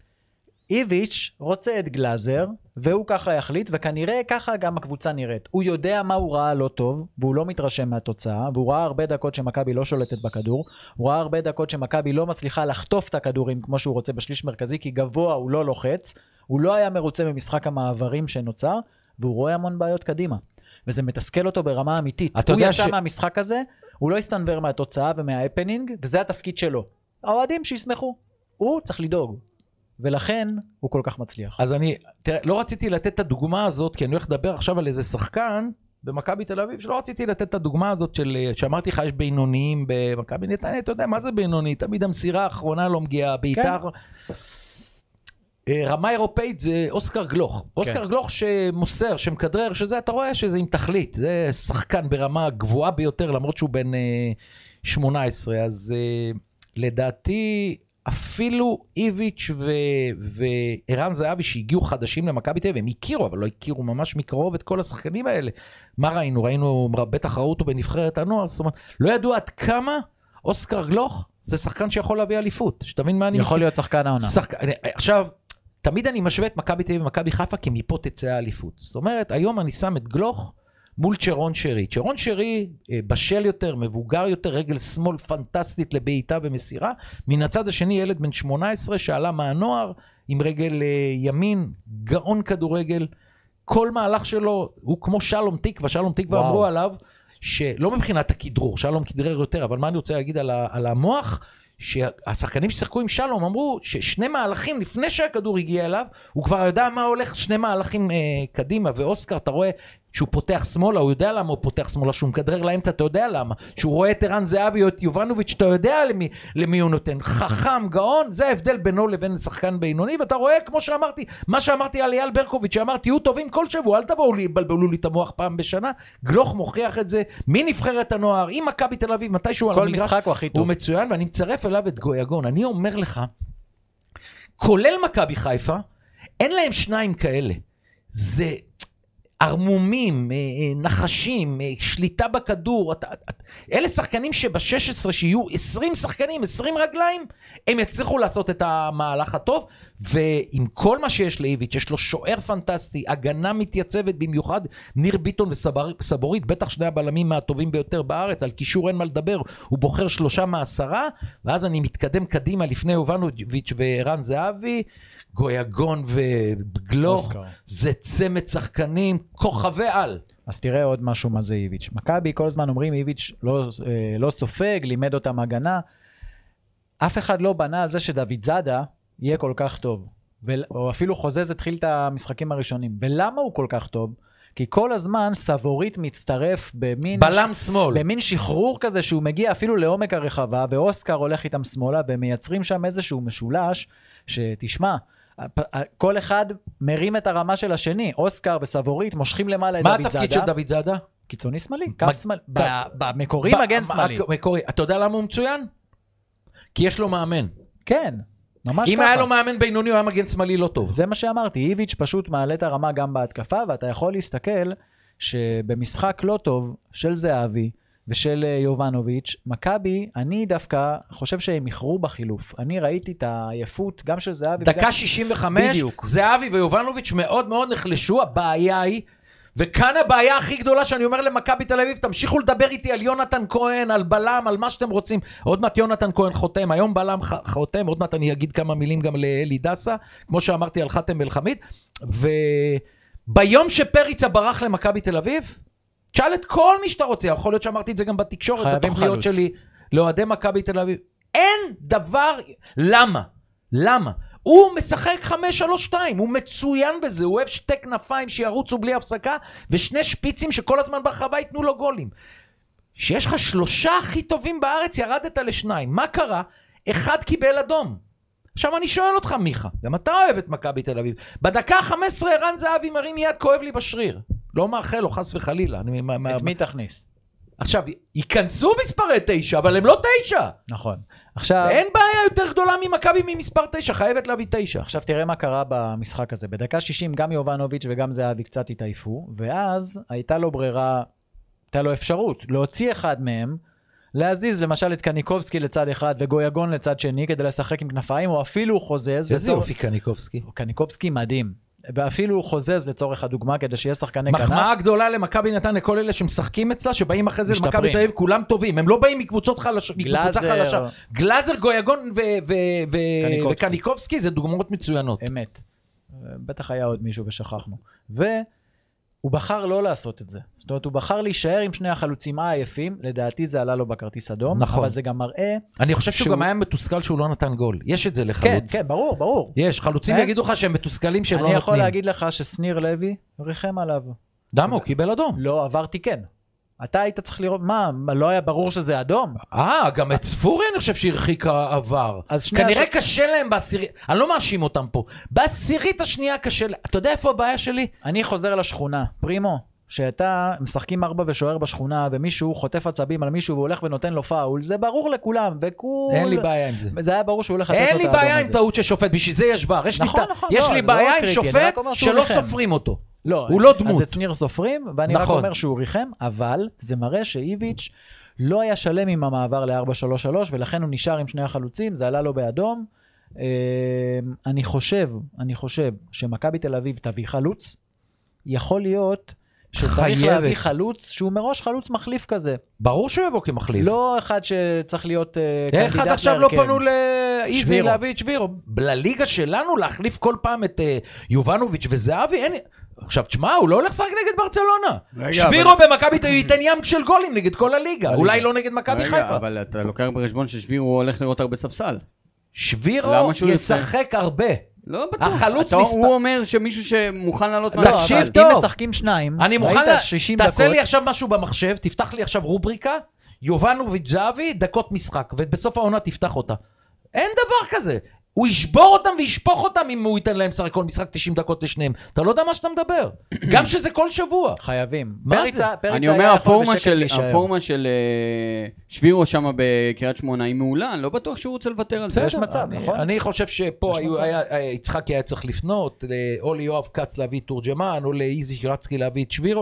איביץ' רוצה את גלאזר, והוא ככה יחליט, וכנראה ככה גם הקבוצה נראית. הוא יודע מה הוא ראה לא טוב, והוא לא מתרשם מהתוצאה, והוא ראה הרבה דקות שמכבי לא שולטת בכדור, הוא ראה הרבה דקות שמכבי לא מצליחה לחטוף את הכדורים כמו שהוא רוצה בשליש מרכזי, כי גבוה הוא לא לוחץ, הוא לא היה מרוצה ממשחק המעברים שנוצר, והוא רואה המון בעיות קדימה. וזה מתסכל אותו ברמה אמיתית. הוא יצא ש... מהמשחק הזה, הוא לא הסתנבר מהתוצאה ומההפנינג, וזה התפקיד שלו. האוהדים שישמחו. הוא צריך לדאוג. ולכן הוא כל כך מצליח. אז אני, תראה, לא רציתי לתת את הדוגמה הזאת, כי אני הולך לדבר עכשיו על איזה שחקן במכבי תל אביב, שלא רציתי לתת את הדוגמה הזאת של, שאמרתי לך, יש בינוניים במכבי נתניה, אתה יודע, מה זה בינוני? תמיד המסירה האחרונה לא מגיעה, בעיקר... כן. רמה אירופאית זה אוסקר גלוך. כן. אוסקר גלוך שמוסר, שמכדרר, שזה, אתה רואה שזה עם תכלית, זה שחקן ברמה גבוהה ביותר, למרות שהוא בן שמונה עשרה, אז לדעתי... אפילו איביץ' וערן זהבי שהגיעו חדשים למכבי תל אביב, הם הכירו, אבל לא הכירו ממש מקרוב את כל השחקנים האלה. מה ראינו? ראינו, בטח ראו אותו בנבחרת הנוער, זאת אומרת, לא ידעו עד כמה אוסקר גלוך זה שחקן שיכול להביא אליפות. שתבין מה אני... יכול להיות שחקן העונה. שחק... עכשיו, תמיד אני משווה את מכבי תל אביב ומכבי חיפה כמפה תצא האליפות. זאת אומרת, היום אני שם את גלוך מול צ'רון שרי. צ'רון שרי בשל יותר, מבוגר יותר, רגל שמאל פנטסטית לבעיטה ומסירה. מן הצד השני ילד בן שמונה עשרה שעלה מהנוער עם רגל ימין, גאון כדורגל. כל מהלך שלו הוא כמו שלום תקווה, שלום תקווה אמרו עליו, שלא מבחינת הכדרור, שלום כדרר יותר, אבל מה אני רוצה להגיד על, על המוח? שהשחקנים ששחקו עם שלום אמרו ששני מהלכים לפני שהכדור הגיע אליו, הוא כבר יודע מה הולך, שני מהלכים אה, קדימה, ואוסקר אתה רואה שהוא פותח שמאלה, הוא יודע למה הוא פותח שמאלה, שהוא מקדרר לאמצע, אתה יודע למה, שהוא רואה את ערן זהבי או את יובנוביץ', אתה יודע למי, למי הוא נותן, חכם, גאון, זה ההבדל בינו לבין שחקן בינוני, ואתה רואה כמו שאמרתי, מה שאמרתי על אייל ברקוביץ', שאמרתי, הוא טובים כל שבוע, אל תבואו לי, בלבלו לי את המוח פעם בשנה, גלוך מוכיח את זה, מי נבחרת הנוער, עם מכבי תל אביב, מתישהו על המגרש, הוא, הוא מצוין, ואני מצרף אליו את גויגון, אני אומר לך, כולל מכבי חיפה, אין להם שניים כאלה, זה ערמומים, נחשים, שליטה בכדור, אלה שחקנים שב-שש עשרה שיהיו עשרים שחקנים, עשרים רגליים, הם יצליחו לעשות את המהלך הטוב, ועם כל מה שיש לאיביץ', יש לו שוער פנטסטי, הגנה מתייצבת במיוחד, ניר ביטון וסבורית, בטח שני הבלמים מהטובים ביותר בארץ, על קישור אין מה לדבר, הוא בוחר שלושה מעשרה, ואז אני מתקדם קדימה לפני יובנוביץ' וערן זהבי, גויגון וגלוך, זה צמד שחקנים, כוכבי על. אז תראה עוד משהו מה זה איביץ'. מכבי כל הזמן אומרים איביץ' לא, לא סופג, לימד אותם הגנה. אף אחד לא בנה על זה שדוד זאדה יהיה כל כך טוב. ו... או אפילו חוזז התחיל את המשחקים הראשונים. ולמה הוא כל כך טוב? כי כל הזמן סבורית מצטרף במין... בלם ש... שמאל. במין שחרור כזה שהוא מגיע אפילו לעומק הרחבה, ואוסקר הולך איתם שמאלה, ומייצרים שם איזשהו משולש, שתשמע... כל אחד מרים את הרמה של השני, אוסקר וסבורית מושכים למעלה את דוד זאדה. מה התפקיד של דוד זאדה? קיצוני שמאלי, קו שמאלי. במקורי מגן שמאלי. אתה יודע למה הוא מצוין? כי יש לו מאמן. כן, ממש ככה. אם היה לו מאמן בינוני, הוא היה מגן שמאלי לא טוב. זה מה שאמרתי, איביץ' פשוט מעלה את הרמה גם בהתקפה, ואתה יכול להסתכל שבמשחק לא טוב של זהבי, ושל יובנוביץ', מכבי, אני דווקא חושב שהם יכרו בחילוף. אני ראיתי את העייפות, גם של זהבי. דקה שישים וחמש, בדיוק. זהבי ויובנוביץ' מאוד מאוד נחלשו, הבעיה היא וכאן הבעיה הכי גדולה שאני אומר למכבי תל אביב, תמשיכו לדבר איתי על יונתן כהן, על בלם, על מה שאתם רוצים. עוד מעט יונתן כהן חותם, היום בלם חותם, עוד מעט אני אגיד כמה מילים גם לאלי דסה, כמו שאמרתי על חתם אל חמיד, וביום שפריצה ברח למכבי תל אביב, תשאל את כל מי שאתה רוצה, יכול להיות שאמרתי את זה גם בתקשורת, בתוכניות שלי, לאוהדי מכבי תל אביב. אין דבר, למה? למה? הוא משחק חמש שלוש שתיים, הוא מצוין בזה, הוא אוהב שתי כנפיים שירוצו בלי הפסקה, ושני שפיצים שכל הזמן ברחבה ייתנו לו גולים. שיש לך שלושה הכי טובים בארץ, ירדת לשניים. מה קרה? אחד קיבל אדום. עכשיו אני שואל אותך, מיכה, גם אתה אוהב את מכבי תל אביב. בדקה ה-חמש עשרה ערן זהבי מרים יד, כואב לי בשריר. לא מאחל לו, חס וחלילה. אני, מה, את מי תכניס? עכשיו, ייכנסו מספרי תשע, אבל הם לא תשע. נכון. עכשיו... אין בעיה יותר גדולה ממכבי ממספר תשע, חייבת להביא תשע. עכשיו תראה מה קרה במשחק הזה. בדקה שישים גם יובנוביץ' וגם זהבי קצת התעייפו, ואז הייתה לו ברירה, הייתה לו אפשרות להוציא אחד מהם, להזיז למשל את קניקובסקי לצד אחד וגויגון לצד שני, כדי לשחק עם כנפיים, או אפילו חוזז. איזה יופי קניקובסקי. קניקובסקי מדהים. ואפילו הוא חוזז לצורך הדוגמה, כדי שיהיה שחקני כנף. מחמאה גדולה למכבי נתן לכל אלה שמשחקים אצלה, שבאים אחרי זה למכבי תל אביב, כולם טובים. הם לא באים מקבוצות חלשות, מקבוצה חלשה. גלאזר, גויגון וקניקובסקי זה דוגמאות מצוינות. אמת. בטח היה עוד מישהו ושכחנו. והוא בחר לא לעשות את זה. זאת אומרת, הוא בחר להישאר עם שני החלוצים העייפים, לדעתי זה עלה לו בכרטיס אדום, נכון. אבל זה גם מראה... אני חושב שהוא גם היה מתוסכל שהוא לא נתן גול. יש את זה לחלוץ. כן, כן, ברור, ברור. יש, חלוצים יגידו לך שהם מתוסכלים שהם לא נותנים. אני יכול להגיד לך שסניר לוי ריחם עליו. למה? הוא קיבל אדום. לא, עברתי כן. אתה היית צריך לראות, מה, לא היה ברור שזה אדום? אה, גם את ספורי אני חושב שהרחיק עבר. כנראה קשה להם בעשירית, אני לא מאשים אותם פה. בעשירית השנייה קשה להם. אתה יודע איפה הבעיה שלי? אני חוזר לשכונה, פרימו, שאתה משחקים ארבע ושוער בשכונה, ומישהו חוטף עצבים על מישהו והולך ונותן לו פאול, זה ברור לכולם, וכול... אין לי בעיה עם זה. זה היה ברור שהוא הולך לתת לו את האדום הזה. אין לי בעיה עם טעות ששופט, בשביל זה יש בר. יש לי בעיה עם שופט שלא סופרים אותו. לא, הוא לא דמות. אז את שניר סופרים, ואני נכון. רק אומר שהוא ריחם, אבל זה מראה שאיביץ' לא היה שלם עם המעבר ל-ארבע שלוש שלוש, ולכן הוא נשאר עם שני החלוצים, זה עלה לו באדום. אני חושב, אני חושב שמכבי תל אביב תביא חלוץ, יכול להיות שצריך חייבת. להביא חלוץ, שהוא מראש חלוץ מחליף כזה. ברור שהוא יבוא כמחליף. לא אחד שצריך להיות קנדידט להרכב. איך עד עכשיו לא פנו לאיזי להביא את שבירו? לליגה שלנו להחליף כל פעם את יובנוביץ' וזהבי, אין... עכשיו, תשמע, הוא לא הולך לשחק נגד ברצלונה. שבירו במכבי תל אביב ייתן ים של גולים נגד כל הליגה. אולי לא נגד מכבי חיפה. אבל אתה לוקח בחשבון ששבירו הולך לראות הרבה ספסל. שבירו ישחק הרבה. לא בטוח. הוא אומר שמישהו שמוכן לעלות מה... תקשיב טוב. אם משחקים שניים, אני מוכן... תעשה לי עכשיו משהו במחשב, תפתח לי עכשיו רובריקה, יובנוביץ' זהבי, דקות משחק, ובסוף העונה תפתח אותה. אין דבר כזה. הוא ישבור אותם וישפוך אותם אם הוא ייתן להם שחק כל משחק תשעים דקות לשניהם. אתה לא יודע מה שאתה מדבר. גם שזה כל שבוע. חייבים. מה זה? אני אומר, הפורמה של שבירו שם בקריית שמונה היא מעולה, אני לא בטוח שהוא רוצה לוותר על זה. יש מצב, נכון? אני חושב שפה יצחק היה צריך לפנות, או ליואב קץ להביא תורג'מן, או לאיזי שרצקי להביא את שבירו.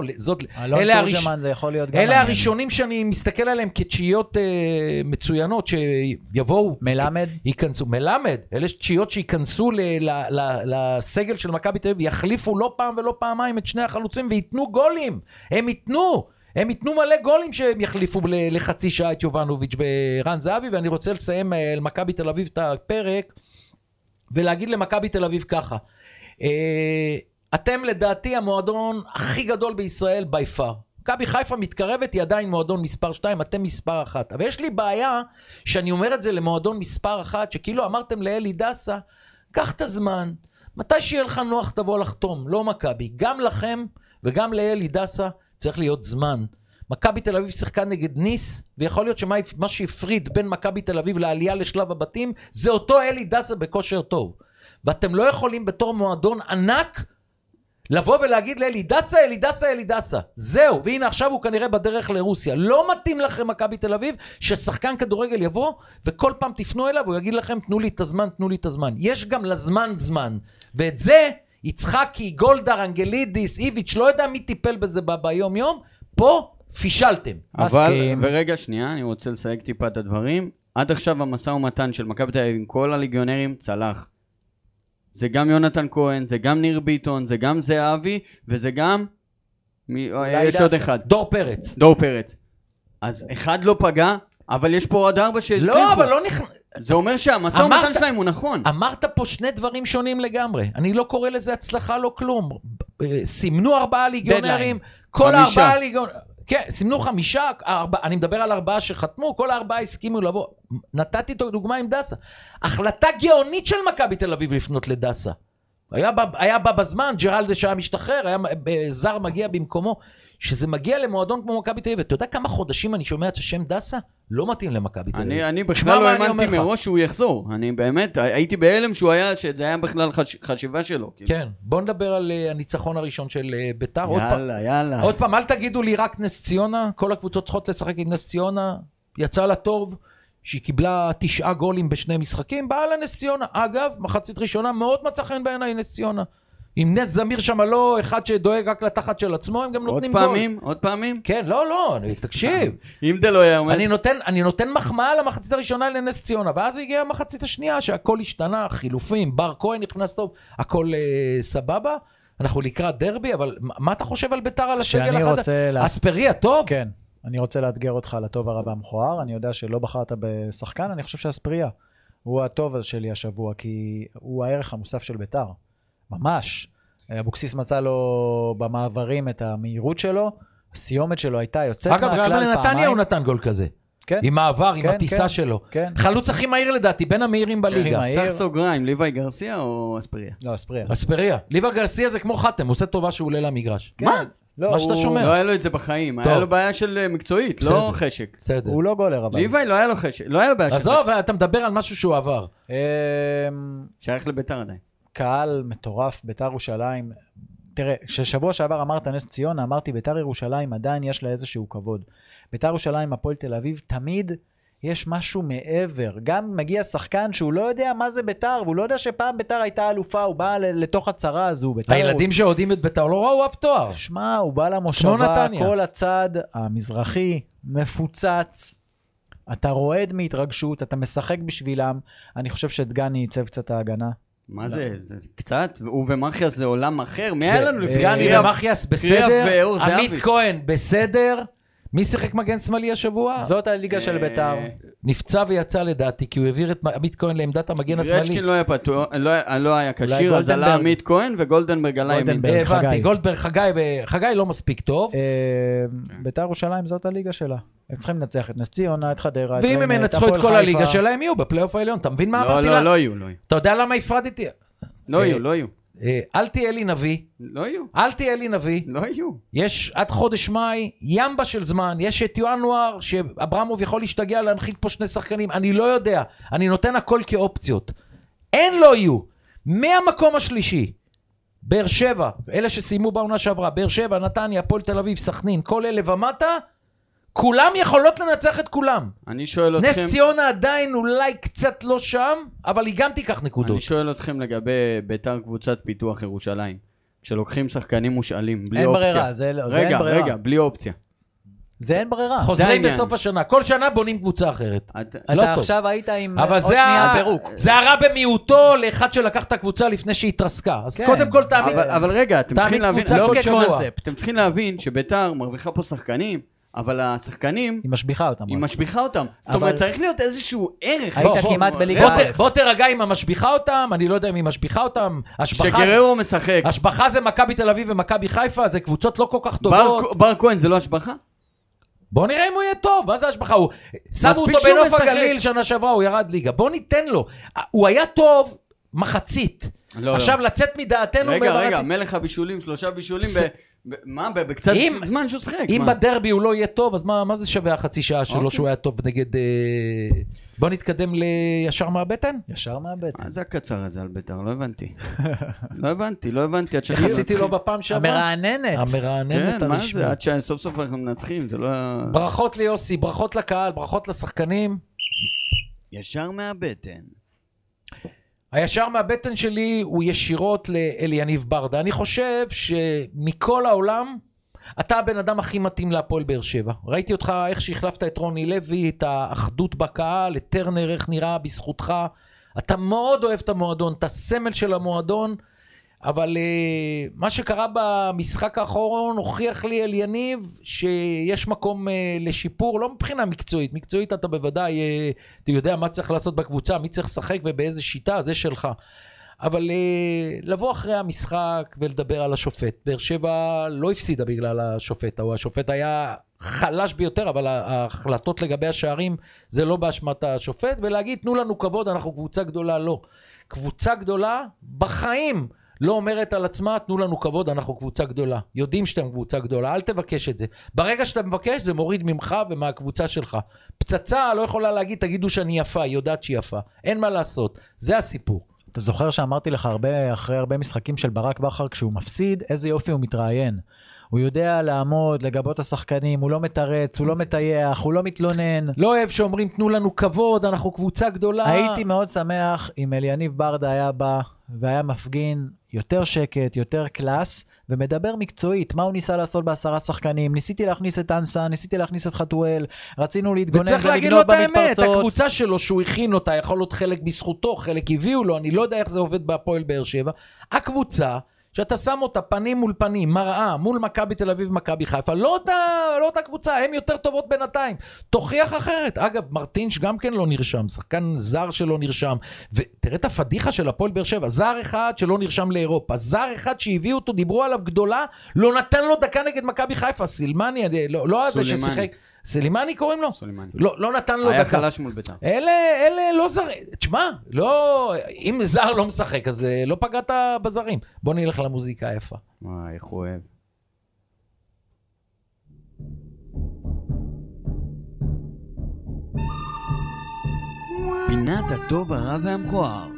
אלה הראשונים שאני מסתכל עליהם כתשיעיות מצוינות, שיבואו, מלמד. ייכנסו. מלמד. אלה תשיעיות שיכנסו לסגל של מכבי תל אביב, יחליפו לא פעם ולא פעמיים את שני החלוצים ויתנו גולים. הם יתנו, הם יתנו מלא גולים שהם יחליפו לחצי שעה את יובנוביץ' ורן זהבי, ואני רוצה לסיים על מכבי תל אביב את הפרק, ולהגיד למכבי תל אביב ככה, אתם לדעתי המועדון הכי גדול בישראל by far. מכבי חיפה מתקרבת, היא עדיין מועדון מספר שתיים, אתם מספר אחת. אבל יש לי בעיה שאני אומר את זה למועדון מספר אחת, שכאילו אמרתם לאלי דסה, קח את הזמן, מתי שיהיה לך נוח תבוא לחתום, לא מכבי. גם לכם וגם לאלי דסה צריך להיות זמן. מכבי תל אביב שיחקה נגד ניס, ויכול להיות שמה שהפריד בין מכבי תל אביב לעלייה לשלב הבתים, זה אותו אלי דסה בכושר טוב. ואתם לא יכולים בתור מועדון ענק, לבוא ולהגיד לאלי דסה, אלי דסה, אלי דסה. זהו, והנה עכשיו הוא כנראה בדרך לרוסיה. לא מתאים לכם מכבי תל אביב, ששחקן כדורגל יבוא, וכל פעם תפנו אליו, הוא יגיד לכם, תנו לי את הזמן, תנו לי את הזמן. יש גם לזמן זמן. ואת זה, יצחקי, גולדהר, אנגלידיס, איביץ', לא יודע מי טיפל בזה ביום יום, פה פישלתם. אבל, ורגע שנייה, אני רוצה לסייג טיפה את הדברים. עד עכשיו המשא ומתן של מכבי תל אביב עם כל הליגיונרים צלח. זה גם יונתן כהן, זה גם ניר ביטון, זה גם זהבי, וזה גם יש עוד אחד. דור פרץ. דור פרץ. אז אחד לא פגע, אבל יש פה עוד ארבע שהצליחו. לא, אבל לא נכנס... זה אומר שהמשא ומתן שלהם הוא נכון. אמרת פה שני דברים שונים לגמרי. אני לא קורא לזה הצלחה, לא כלום. סימנו ארבעה ליגיונרים, כל הארבעה ליגיונרים... כן, סימנו חמישה, ארבע, אני מדבר על ארבעה שחתמו, כל הארבעה הסכימו לבוא. נתתי דוגמה עם דסה. החלטה גאונית של מכבי תל אביב לפנות לדסה. היה בא, היה בא בזמן, ג'רלדה שהיה משתחרר, היה זר מגיע במקומו. שזה מגיע למועדון כמו מכבי תל אביב. אתה יודע כמה חודשים אני שומע את השם דסה? לא מתאים למכבי תל אביב. אני, אני בכלל לא האמנתי מראש שהוא יחזור. אני באמת, הייתי בהלם שהוא היה, שזה היה בכלל חש, חשיבה שלו. כן, בוא נדבר על uh, הניצחון הראשון של uh, ביתר. יאללה, עוד יאללה. פעם, עוד פעם, אל תגידו לי רק נס ציונה, כל הקבוצות צריכות לשחק עם נס ציונה, יצא לה טוב, שהיא קיבלה תשעה גולים בשני משחקים, באה לנס ציונה. אגב, מחצית ראשונה מאוד מצא חן בעיניי נס ציונה. עם נס זמיר שם לא אחד שדואג רק לתחת של עצמו, הם גם נותנים גול. עוד פעמים? עוד פעמים? כן, לא, לא, תקשיב. אם זה לא היה עומד. אני נותן, אני נותן מחמאה למחצית הראשונה לנס ציונה, ואז הגיעה המחצית השנייה, שהכל השתנה, חילופים, בר כהן נכנס טוב, הכל אה, סבבה. אנחנו לקראת דרבי, אבל מה אתה חושב על ביתר על הסגל אחד? לה... אספריה, טוב? כן, אני רוצה לאתגר אותך על הטוב הרבה המכוער, אני יודע שלא בחרת בשחקן, אני חושב שאספריה הוא הטוב שלי השבוע, כי הוא הערך המוסף של ביתר. ממש. אבוקסיס מצא לו במעברים את המהירות שלו, הסיומת שלו הייתה יוצאת מהכלל פעמיים. אגב, גם לנתניה הוא נתן גול כזה. כן. עם מעבר, כן, עם הטיסה כן, שלו. כן. חלוץ הכי מהיר לדעתי, בין המהירים בליגה. פתח סוגריים, ליוואי גרסיה או אספריה? לא, אספריה. אספריה. ליוואי גרסיה זה כמו חתם, הוא עושה טובה שהוא עולה למגרש. כן. מה? לא, מה שאתה הוא... שומע. לא היה לו את זה בחיים, היה לו בעיה של מקצועית, בסדר. לא חשק. בסדר. הוא לא גולר, אבל. ליוואי לא היה לו חשק, לא היה לו בעיה של חשק. עזוב, אתה מדבר על משהו שהוא עבר. אמ... שייך לביתר עדיין. קהל מטורף, ביתר ירושלים. תראה, כששבוע שעבר אמרת נס ציונה, אמרתי ביתר ירושלים עדיין יש לה איזשהו כבוד. ביתר ירושלים, הפועל תל אביב, תמיד יש משהו מעבר. גם מגיע שחקן שהוא לא יודע מה זה ביתר, והוא לא יודע שפעם ביתר הייתה אלופה, הוא בא לתוך הצרה הזו. הילדים שעודים את ביתר לא ראו אף תואר. שמע, הוא בא למושבה, כל הצד המזרחי מפוצץ. אתה רועד מהתרגשות, אתה משחק בשבילם. אני חושב שדגני ייצב קצת ההגנה. מה זה? זה קצת, הוא ומחיאס זה עולם אחר, מי היה לנו לפני? דגני ומחיאס בסדר, עמית כהן בסדר, מי שיחק מגן שמאלי השבוע? זאת הליגה של ביתר. נפצע ויצא לדעתי, כי הוא העביר את עמית כהן לעמדת המגן השמאלי. גרצ'קין לא היה פתוח, לא היה קשיר, אז עלה עמית כהן וגולדנברג עלה ימין. הבנתי, גולדברג, חגי לא מספיק טוב. ביתר ירושלים זאת הליגה שלה. הם צריכים לנצח את נס ציונה, את חדרה, ואם הם ינצחו את כל הליגה שלהם יהיו בפלייאוף העליון, אתה מבין מה אמרתי לה? לא, לא יהיו, לא יהיו. אתה יודע למה הפרדתי? לא יהיו, לא יהיו. אל תהיה לי נביא. לא יהיו. אל תהיה לי נביא. לא יהיו. יש עד חודש מאי, ימבה של זמן, יש את ינואר, שאברמוב יכול להשתגע להנחית פה שני שחקנים, אני לא יודע. אני נותן הכל כאופציות. אין לא יהיו. מהמקום השלישי, באר שבע, אלה שסיימו בעונה שעברה, באר שבע, נתניה, הפועל תל אביב, סכנין, כל אלה ומטה, כולם יכולות לנצח את כולם. אני שואל אתכם... נס ציונה עדיין אולי קצת לא שם, אבל היא גם תיקח נקודות. אני שואל אתכם לגבי ביתר קבוצת פיתוח ירושלים, כשלוקחים שחקנים מושאלים, בלי אופציה. אין ברירה, זה, זה רגע, אין ברירה. רגע, בלי אופציה. זה אין ברירה. חוזרים בסוף השנה, כל שנה בונים קבוצה אחרת. את, לא אתה טוב. עכשיו היית עם אבל זה, ה... זה הרע במיעוטו לאחד שלקח את הקבוצה לפני שהיא התרסקה. אז כן. קודם כל תעמיד... אבל, אבל רגע, אתם צריכים להבין, לא כקונספט. אתם צריכים להבין שביתר מרוויחה פה שחקנים, אבל השחקנים... היא משביחה אותם. היא משביחה אותם. זאת אומרת, צריך להיות איזשהו ערך. היית כמעט בליגה. בוא תרגע אם היא משביחה אותם, אני לא יודע אם היא משביחה אותם. שגררו משחק. השבחה זה מכבי תל אביב ומכבי חיפה, זה קבוצות לא כל כך טובות. בר כהן זה לא השבחה? בוא נראה אם הוא יהיה טוב, מה זה השבחה? שמו אותו בנוף הגליל שנה שעברה, הוא ירד ליגה. בוא ניתן לו. הוא היה טוב מחצית. עכשיו לצאת מדעתנו... רגע, רגע, מלך הבישולים, שלושה בישולים ב... מה, בקצת זמן שהוא שחק? אם בדרבי הוא לא יהיה טוב, אז מה זה שווה החצי שעה שלו שהוא היה טוב נגד... בוא נתקדם לישר מהבטן? ישר מהבטן. מה זה הקצר הזה על ביתר? לא הבנתי. לא הבנתי, לא הבנתי. איך עשיתי לו בפעם שעברה? המרעננת. המרעננת כן, מה זה? עד שסוף סוף אנחנו מנצחים, זה לא... ברכות ליוסי, ברכות לקהל, ברכות לשחקנים. ישר מהבטן. הישר מהבטן שלי הוא ישירות לאליניב ברדה. אני חושב שמכל העולם, אתה הבן אדם הכי מתאים להפועל באר שבע. ראיתי אותך איך שהחלפת את רוני לוי, את האחדות בקהל, את טרנר, איך נראה בזכותך. אתה מאוד אוהב את המועדון, את הסמל של המועדון. אבל uh, מה שקרה במשחק האחרון הוכיח לי אל יניב שיש מקום uh, לשיפור, לא מבחינה מקצועית, מקצועית אתה בוודאי, uh, אתה יודע מה צריך לעשות בקבוצה, מי צריך לשחק ובאיזה שיטה, זה שלך. אבל uh, לבוא אחרי המשחק ולדבר על השופט, באר שבע לא הפסידה בגלל השופט, או השופט היה חלש ביותר, אבל ההחלטות לגבי השערים זה לא באשמת השופט, ולהגיד תנו לנו כבוד, אנחנו קבוצה גדולה, לא. קבוצה גדולה בחיים לא אומרת על עצמה, תנו לנו כבוד, אנחנו קבוצה גדולה. יודעים שאתם קבוצה גדולה, אל תבקש את זה. ברגע שאתה מבקש, זה מוריד ממך ומהקבוצה שלך. פצצה לא יכולה להגיד, תגידו שאני יפה, היא יודעת שהיא יפה. אין מה לעשות, זה הסיפור. אתה זוכר שאמרתי לך הרבה, אחרי הרבה משחקים של ברק בכר, כשהוא מפסיד, איזה יופי הוא מתראיין. הוא יודע לעמוד, לגבות השחקנים, הוא לא מתרץ, הוא לא מטייח, הוא לא מתלונן. לא אוהב שאומרים, תנו לנו כבוד, אנחנו קבוצה גדולה. הייתי מאוד שמח אם אליניב ברדה היה בא, והיה מפגין יותר שקט, יותר קלאס, ומדבר מקצועית, מה הוא ניסה לעשות בעשרה שחקנים, ניסיתי להכניס את אנסה, ניסיתי להכניס את חתואל, רצינו להתגונן ולגנות במתפרצות. וצריך להגיד לו את האמת, הקבוצה שלו שהוא הכין אותה, יכול להיות חלק בזכותו, חלק הביאו לו, אני לא יודע איך זה עובד בהפועל באר שבע, הקבוצה, שאתה שם אותה פנים מול פנים, מראה, מול מכבי תל אביב, מכבי חיפה, לא אותה, לא אותה קבוצה, הם יותר טובות בינתיים. תוכיח אחרת. אגב, מרטינש גם כן לא נרשם, שחקן זר שלא נרשם, ותראה את הפדיחה של הפועל באר שבע, זר אחד שלא נרשם לאירופה, זר אחד שהביאו אותו, דיברו עליו גדולה, לא נתן לו דקה נגד מכבי חיפה, סילמני, לא, לא הזה ששיחק. סלימני קוראים לו? סלימני. לא, לא נתן לו היה דקה. היה חלש מול בית"ר. אלה, אלה לא זר... תשמע, לא... אם זר לא משחק, אז לא פגעת בזרים. בוא נלך למוזיקה היפה. וואי, איך הוא אוהב. פינת הטוב, הרע והמכוער.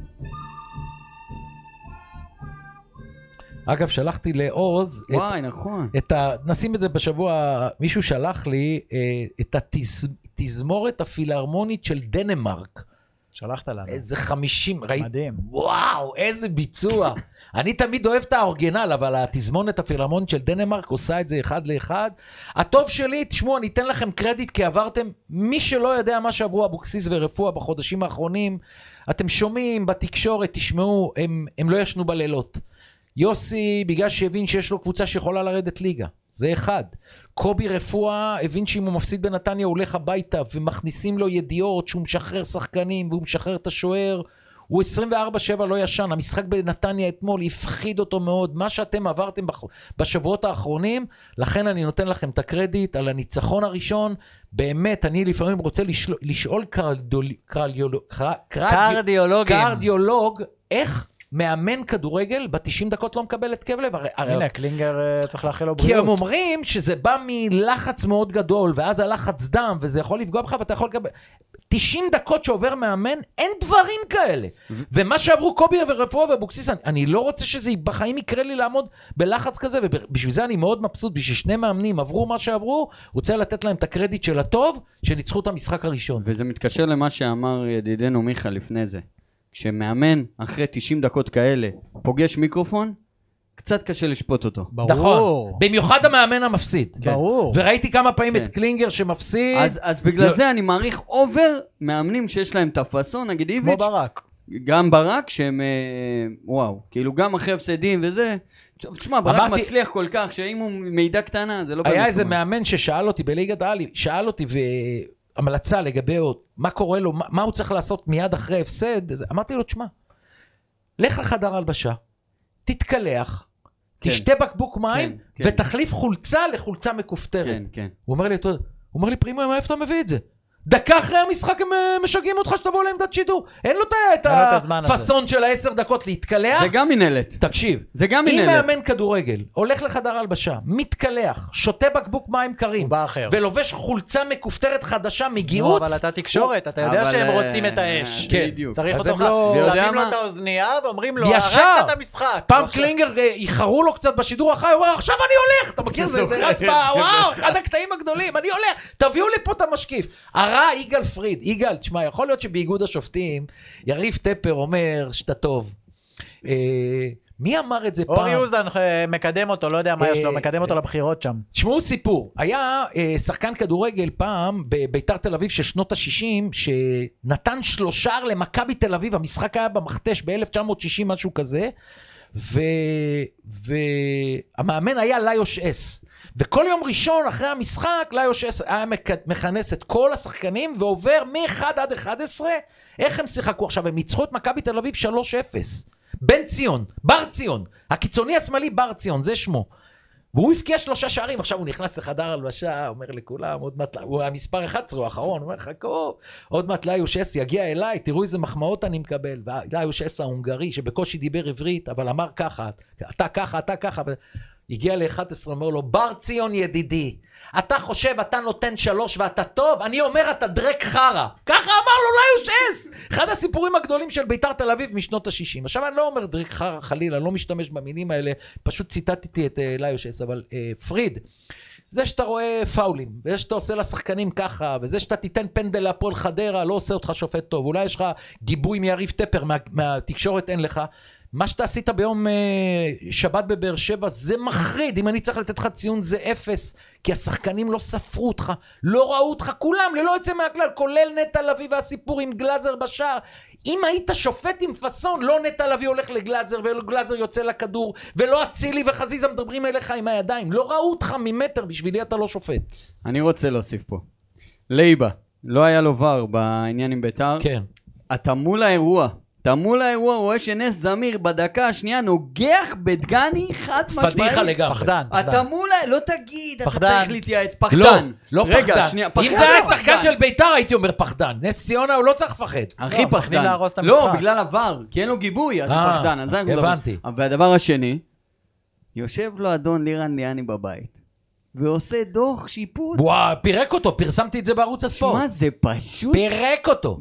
אגב, שלחתי לעוז, וואי, את, נכון. את ה, נשים את זה בשבוע, מישהו שלח לי את התזמורת הפילהרמונית של דנמרק. שלחת לנו. איזה חמישים, ראית? מדהים. וואו, איזה ביצוע. אני תמיד אוהב את האורגינל, אבל התזמונת הפילהרמונית של דנמרק עושה את זה אחד לאחד. הטוב שלי, תשמעו, אני אתן לכם קרדיט, כי עברתם, מי שלא יודע מה שעברו אבוקסיס ורפואה בחודשים האחרונים, אתם שומעים בתקשורת, תשמעו, הם, הם לא ישנו בלילות. יוסי, בגלל שהבין שיש לו קבוצה שיכולה לרדת ליגה, זה אחד. קובי רפואה הבין שאם הוא מפסיד בנתניה, הוא הולך הביתה, ומכניסים לו ידיעות שהוא משחרר שחקנים, והוא משחרר את השוער, הוא עשרים וארבע שבע לא ישן, המשחק בנתניה אתמול הפחיד אותו מאוד, מה שאתם עברתם בשבועות האחרונים, לכן אני נותן לכם את הקרדיט על הניצחון הראשון, באמת, אני לפעמים רוצה לשאול, לשאול קרדיולוג, קרדיולוג, קרדיולוג, קרדיולוג, איך מאמן כדורגל ב-תשעים דקות לא מקבל את כבלב. הנה, קלינגר צריך לאחל לו בריאות. כי הם אומרים שזה בא מלחץ מאוד גדול, ואז הלחץ דם, וזה יכול לפגוע בך, ואתה יכול לקבל... תשעים דקות שעובר מאמן, אין דברים כאלה. ומה שעברו קובי ורפואה ואבוקסיס, אני לא רוצה שזה בחיים יקרה לי לעמוד בלחץ כזה, ובשביל זה אני מאוד מבסוט, בשביל שני מאמנים עברו מה שעברו, רוצה לתת להם את הקרדיט של הטוב, שניצחו את המשחק הראשון. וזה מתקשר למה שאמר ידידנו מיכה לפני זה. כשמאמן אחרי תשעים דקות כאלה פוגש מיקרופון, קצת קשה לשפוט אותו. ברור. נכון. במיוחד המאמן המפסיד. ברור. וראיתי כמה פעמים כן. את קלינגר שמפסיד. אז, אז בגלל לא... זה אני מעריך אובר מאמנים שיש להם את הפסון, נגיד איביץ'. כמו ברק. גם ברק, שהם, וואו, כאילו גם אחרי הפסדים וזה. תשמע, ברק אמרתי... מצליח כל כך, שאם הוא מידע קטנה, זה לא... היה איזה מאמן ששאל אותי בליגת העל, שאל אותי ו... המלצה לגבי מה קורה לו, מה, מה הוא צריך לעשות מיד אחרי הפסד, אמרתי לו, תשמע, לך לחדר הלבשה, תתקלח, כן. תשתה בקבוק מים, כן, ותחליף כן. חולצה לחולצה מכופתרת. כן, כן. הוא אומר לי, הוא אומר לי, פרימו, מאיפה אתה מביא את זה? דקה אחרי המשחק הם משגעים אותך שתבוא לעמדת שידור. אין לו את הפסון של העשר דקות להתקלח. זה גם מנהלת. תקשיב. זה גם מנהלת. אם מאמן כדורגל, הולך לחדר הלבשה, מתקלח, שותה בקבוק מים קרים, ולובש חולצה מכופתרת חדשה מגיעות. אבל אתה תקשורת, אתה יודע שהם רוצים את האש. כן. צריך אותך. שמים לו את האוזנייה ואומרים לו, הרגת את המשחק. פעם קלינגר איחרו לו קצת בשידור החי, הוא אומר, עכשיו אני הולך. אתה מכיר זה? זה רץ בה, וואו, אחד הקטעים הגדולים. אני הולך. תביאו לי פה את המשקיף. הרע יגאל פריד, יגאל, תשמע, יכול להיות שבאיגוד השופטים, יריב טפר אומר שאתה טוב. מי אמר את זה פעם? אורי אוזן מקדם אותו, לא יודע מה יש לו, מקדם אותו לבחירות שם. תשמעו סיפור, היה שחקן כדורגל פעם, בביתר תל אביב של שנות ה-שישים, שנתן שלושה למכבי תל אביב, המשחק היה במכתש ב-אלף תשע מאות שישים, משהו כזה, והמאמן היה ליוש אס. וכל יום ראשון אחרי המשחק, ליוש אס היה מכנס את כל השחקנים, ועובר מ-אחד עד אחד עשרה, איך הם שיחקו עכשיו? הם ניצחו את מכבי תל אביב שלוש אפס. בן ציון, בר ציון, הקיצוני השמאלי בר ציון, זה שמו. והוא הפקיע שלושה שערים, עכשיו הוא נכנס לחדר הלבשה, אומר לכולם, עוד מעט, הוא המספר אחד עשרה האחרון, הוא אומר, חכו, עוד מעט ליוש אס יגיע אליי, תראו איזה מחמאות אני מקבל, וליוש אס ההונגרי, שבקושי דיבר עברית, אבל אמר ככה, אתה ככה, אתה ככה, הגיע ל-אחד עשר, אומר לו, בר ציון ידידי, אתה חושב, אתה נותן שלוש ואתה טוב, אני אומר, אתה דרק חרה. ככה אמר לו ליוש אס. אחד הסיפורים הגדולים של ביתר תל אביב משנות ה-שישים. עכשיו, אני לא אומר דרק חרה חלילה, אני לא משתמש במינים האלה, פשוט ציטטתי את uh, ליוש אס, אבל uh, פריד, זה שאתה רואה פאולים, וזה שאתה עושה לשחקנים ככה, וזה שאתה תיתן פנדל להפועל חדרה, לא עושה אותך שופט טוב, אולי יש לך גיבוי מיריב טפר, מה, מהתקשורת אין לך, מה שאתה עשית ביום שבת בבאר שבע זה מחריד, אם אני צריך לתת לך ציון זה אפס, כי השחקנים לא ספרו אותך, לא ראו אותך כולם, ללא יוצא מהכלל, כולל נטע לביא והסיפור עם גלאזר בשער. אם היית שופט עם פסון, לא נטע לביא הולך לגלאזר, ולא גלאזר יוצא לכדור, ולא אצילי וחזיזה מדברים אליך עם הידיים, לא ראו אותך ממטר, בשבילי אתה לא שופט. אני רוצה להוסיף פה. לייבה, לא היה לו ור בעניין עם ביתר. כן. אתה מול האירוע. אתה מול האירוע רואה שנס זמיר בדקה השנייה נוגח בדגני חד משמעית. פדיחה לגמרי. פחדן. אתה מול, לא תגיד, אתה פחדן. צריך להתייעץ. פחדן. לא, לא רגע, פחדן. שנייה, אם פחדן. זה היה שחקן של ביתר הייתי אומר פחדן. נס ציונה הוא לא צריך לפחד. הכי לא, פחדן. מתחילים להרוס את לא, המשחק. בגלל עבר, כי אין לו גיבוי, אז הוא אה, פחדן. על זה אנחנו הבנתי. מדברים. והדבר השני, יושב לו אדון לירן ליאני בבית. ועושה דוח שיפוט. וואו, פירק אותו, פרסמתי את זה בערוץ הספורט. שמה, זה פשוט... פירק אותו.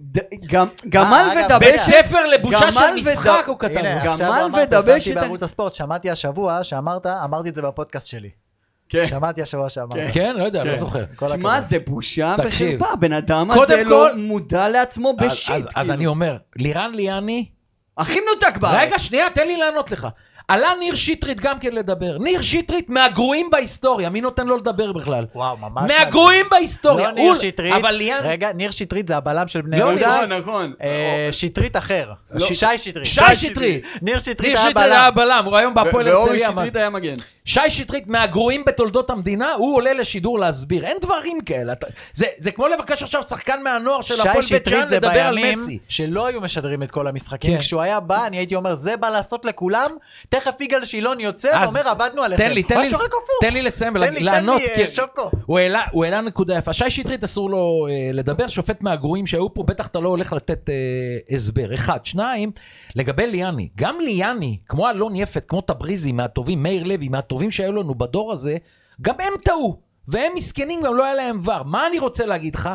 גמל אגב, ודבש... בית ספר לבושה של גמל משחק וד- הוא כתב. הנה, גמל עכשיו הוא אמר, ודבש פרסמתי את ה- בערוץ הספורט, שמעתי השבוע שאמרת, אמרתי את זה בפודקאסט שלי. כן. שמעתי השבוע שאמרת. כן, לא יודע, לא זוכר. כל שמע, הכבוד. זה בושה תקשיב. וחרפה. בן אדם קודם הזה כל- לא מודע לעצמו אז- בשיט. אז- אז כאילו. אני אומר, לירן ליאני, הכי מנותק בארץ. רגע, שנייה, תן לי לענות לך. עלה ניר שטרית גם כן לדבר. ניר שטרית מהגרועים בהיסטוריה, מי נותן לו לדבר בכלל? וואו, ממש... מהגרועים בהיסטוריה. לא ניר הוא- שטרית, אבל ליאן... רגע, ניר שטרית זה הבלם של בני לא, יהודה. נכון, נכון. אה, שטרית אחר. לא. שי שטרית. שי שטרית. ניר שטרית ניר היה שטרית היה בלם. בלם, הוא היום בהפועל ואורי הרצליה. שטרית היה מגן. שי שטרית מהגרועים בתולדות המדינה, הוא עולה לשידור להסביר. אין דברים כאלה. אתה- זה זה כמו לבקש עכשיו שחקן מהנוער של הפועל שי בית ג'אן שטרית זה לדבר על בימים מסי. שלא היו משדרים את כל המשחקים. כן. כשהוא היה בא, אני הייתי אומר, זה בא לעשות לכולם, תכף יגאל שילון יוצא אז ואומר, עבדנו עליכם. תן לי, תן לי, משהו רק הפוך. תן לי לסיים, תן לי, תן לענות, לי, כי- אה, שוקו. הוא העלה, הוא העלה נקודה יפה. שי שטרית אסור לו אה, לדבר, שופט מהגרועים שהיו פה, בטח אתה לא הולך לתת אה, הסבר. אחד, שניים, לגבי ליאני, גם ליאני, כמו אלון יפת, כמו תבריזי, מהטובים, מאיר לוי, מהטובים שהיו לנו בדור הזה, גם הם טעו, והם מסכנים, גם לא היה להם ור. מה אני רוצה להגיד לך?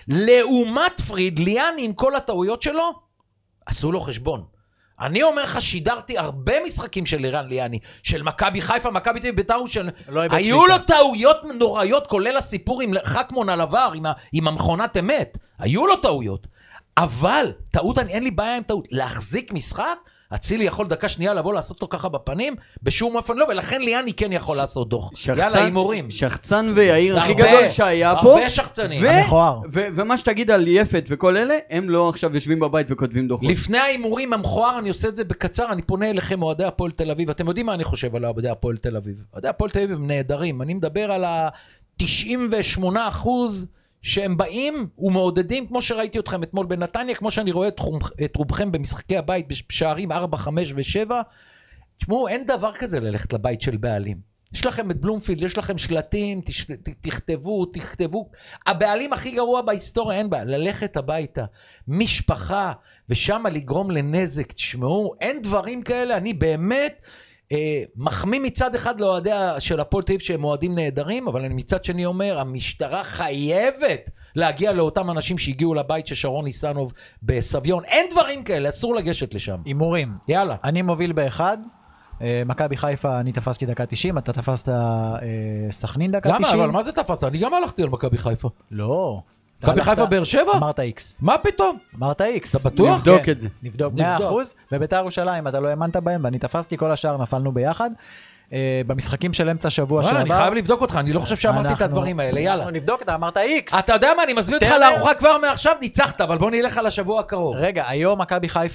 לעומת פריד, ליאני עם כל הטעויות שלו, עשו לו חשבון. אני אומר לך, שידרתי הרבה משחקים של לירן ליאני, של מכבי חיפה, מכבי תל אביב, בית"ר, של... לא איבד היו שליטה. לו טעויות נוראיות, כולל הסיפור עם חכמון על עבר, עם, ה... עם המכונת אמת. היו לו טעויות. אבל, טעות, אני, אין לי בעיה עם טעות. להחזיק משחק, אצילי יכול דקה שנייה לבוא לעשות אותו ככה בפנים, בשום אופן לא, ולכן ליאני כן יכול לעשות דוח. יאללה, הימורים. שחצן ויאיר הכי הרבה, גדול שהיה פה. הרבה שחצנים. ו- המכוער. ו- ומה שתגיד על יפת וכל אלה, הם לא עכשיו יושבים בבית וכותבים דוחות. לפני ההימורים המכוער, אני עושה את זה בקצר, אני פונה אליכם, אוהדי הפועל תל אביב. אתם יודעים מה אני חושב על אוהדי הפועל תל אביב? אוהדי הפועל תל אביב הם נהדרים. אני מדבר על ה-תשעים ושמונה אחוז שהם באים ומעודדים, כמו שראיתי אתכם אתמול בנתניה, כמו שאני רואה את, חום, את רובכם במשחקי הבית, בשערים ארבע, חמש ושבע. תשמעו, אין דבר כזה ללכת לבית של בעלים. יש לכם את בלומפילד, יש לכם שלטים, תש... תכתבו, תכתבו. הבעלים הכי גרוע בהיסטוריה, אין בעיה, ללכת הביתה, משפחה, ושם לגרום לנזק. תשמעו, אין דברים כאלה, אני באמת אה, מחמיא מצד אחד לאוהדי של הפועל תל אביב שהם אוהדים נהדרים, אבל אני מצד שני אומר, המשטרה חייבת להגיע לאותם אנשים שהגיעו לבית של שרון ניסנוב בסביון. אין דברים כאלה, אסור לגשת לשם. הימורים. יאללה. אני מוביל באחד. אה, מכבי חיפה, אני תפסתי דקה תשעים, אתה תפסת אה, סכנין דקה למה? תשעים. אבל מה זה תפסת? אני גם הלכתי על מכבי חיפה. לא. מכבי אתה חיפה הלכת- באר שבע? אמרת איקס. מה פתאום? אמרת איקס. אתה בטוח? נבדוק כן. את זה. נבדוק נבדוק. מאה אחוז. בביתר ירושלים אתה לא האמנת בהם, ואני תפסתי כל השאר, נפלנו ביחד. אה, במשחקים של אמצע שבוע וואלה, שעבר. אני חייב לבדוק אותך, אני לא חושב שאמרתי את אנחנו- הדברים האלה, יאללה. אנחנו נבדוק, אתה אמרת איקס. אתה יודע מה, אני מזמין אותך תן לארוחה כבר מעכשיו, ניצחת, אבל בוא נלך על השבוע הקרוב. רגע, היום מכבי חיפה,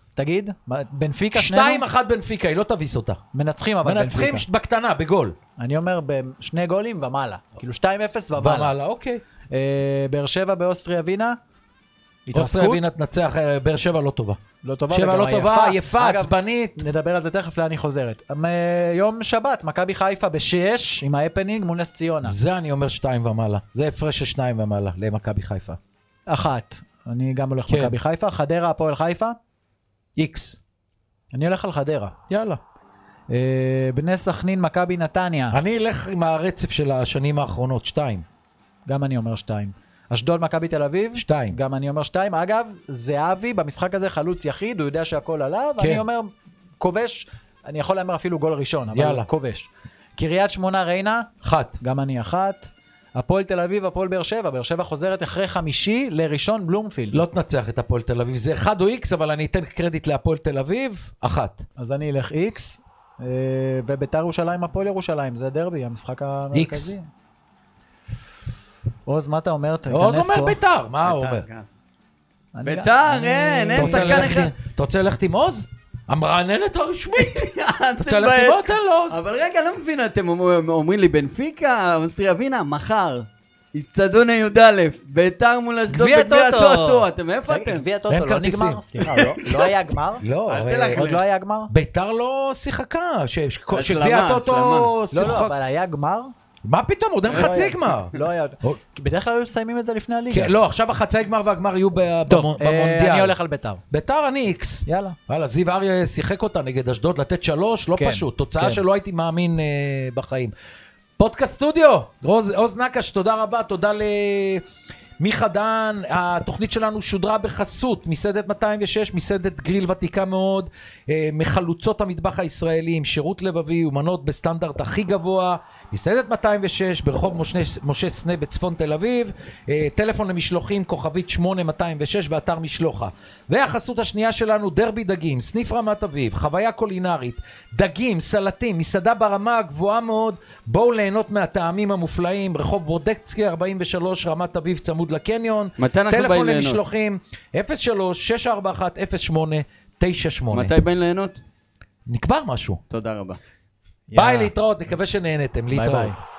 תגיד, מה, בנפיקה שנינו? שתיים אחת בנפיקה, היא לא תביס אותה. מנצחים אבל מנצחים בנפיקה. בקטנה, בגול. אני אומר בשני גולים ומעלה. כאילו שתיים אפס ומעלה. ומעלה, אוקיי. אה, באר שבע באוסטריה ווינה? אוסטריה התרסקות? ווינה תנצח, אה, באר שבע לא טובה. לא טובה. שבע וגם לא טובה, עייפה, אגב, עצבנית. נדבר על זה תכף לאן היא חוזרת. מ- יום שבת, מכבי חיפה בשש עם ההפנינג מול נס ציונה. זה אני אומר שתיים ומעלה. זה הפרש של שניים ומעלה למכבי חיפה. אחת. אני גם הולך כן. מכבי חיפה. חדרה, הפועל חיפה? איקס. אני הולך על חדרה. יאללה. אה, בני סכנין, מכבי נתניה. אני אלך עם הרצף של השנים האחרונות, שתיים. גם אני אומר שתיים. אשדוד, מכבי תל אביב? שתיים. גם אני אומר שתיים. אגב, זהבי במשחק הזה חלוץ יחיד, הוא יודע שהכל עליו. כן. אני אומר, כובש, אני יכול להאמר אפילו גול ראשון, אבל יאללה. כובש. קריית שמונה, ריינה? אחת. גם אני אחת. הפועל תל אביב, הפועל באר שבע. באר שבע חוזרת אחרי חמישי לראשון בלומפילד. לא תנצח את הפועל תל אביב. זה אחד או איקס, אבל אני אתן קרדיט להפועל תל אביב. אחת. אז אני אלך איקס. אה, וביתר ירושלים, הפועל ירושלים. זה דרבי, המשחק המרכזי. עוז, מה אתה אומר? עוז תיכנס אומר פה. ביתר, מה הוא אומר? אני- ביתר, אני- אין, אתה אין רוצה שחקן ללכת אחד. עם- אתה רוצה ללכת עם עוז? המרעננת הרשמית. אתה אתם רוצה ללכת עם בעט. עוז? תן לו עוז. אבל רגע, לא מבין, אתם אומר- אומרים לי בנפיקה, אוסטריה ווינה, מחר. אצטדיון י"א, ביתר מול אשדוד גביע בגביע טוטו. הטוטו, אתם איפה רגע, אתם? גביע אין טוטו לא כרטיסים. נגמר? סליחה, לא- לא היה גמר? לא, אל הרי- תלך עוד לא היה גמר? ביתר לא שיחקה. ש- ש- השלמה, שגביע הטוטו לא, שיחק. לא, אבל היה גמר? מה פתאום? עוד אין לא חצי היה. גמר. לא היה. או- כי בדרך כלל היו מסיימים את זה לפני הליגה. כן, לא, עכשיו החצי גמר והגמר יהיו ב- טוב, במו- אה, במונדיאל. אני הולך על ביתר. ביתר אני איקס. יאללה. וואלה, זיו אריה שיחק אותה נגד אשדוד, לתת שלוש, לא כן, פשוט. תוצאה כן. שלא הייתי מאמין אה, בחיים. פודקאסט סטודיו, עוז, עוז נקש, תודה רבה, תודה למיכה דן. התוכנית שלנו שודרה בחסות מסעדת מאתיים ושש, מסעדת גריל ותיקה מאוד, אה, מחלוצות המטבח הישראלים, שירות לבבי ומנות בסטנדרט הכי גבוה, מסעדת מאתיים ושש ברחוב משה, משה סנה בצפון תל אביב, אה, טלפון למשלוחים כוכבית שמונה מאתיים ושש באתר משלוחה. והחסות השנייה שלנו דרבי דגים, סניף רמת אביב, חוויה קולינרית, דגים, סלטים, מסעדה ברמה הגבוהה מאוד, בואו ליהנות מהטעמים המופלאים, רחוב ברודצקי ארבעים ושלוש רמת אביב צמוד לקניון, מתי אנחנו באים טלפון ליהנות? למשלוחים אפס שלוש שש ארבע אחת אפס שמונה תשע שמונה. מתי באים ליהנות? נקבע משהו. תודה רבה. ביי, להתראות, נקווה שנהנתם, ביי להתראות. ביי.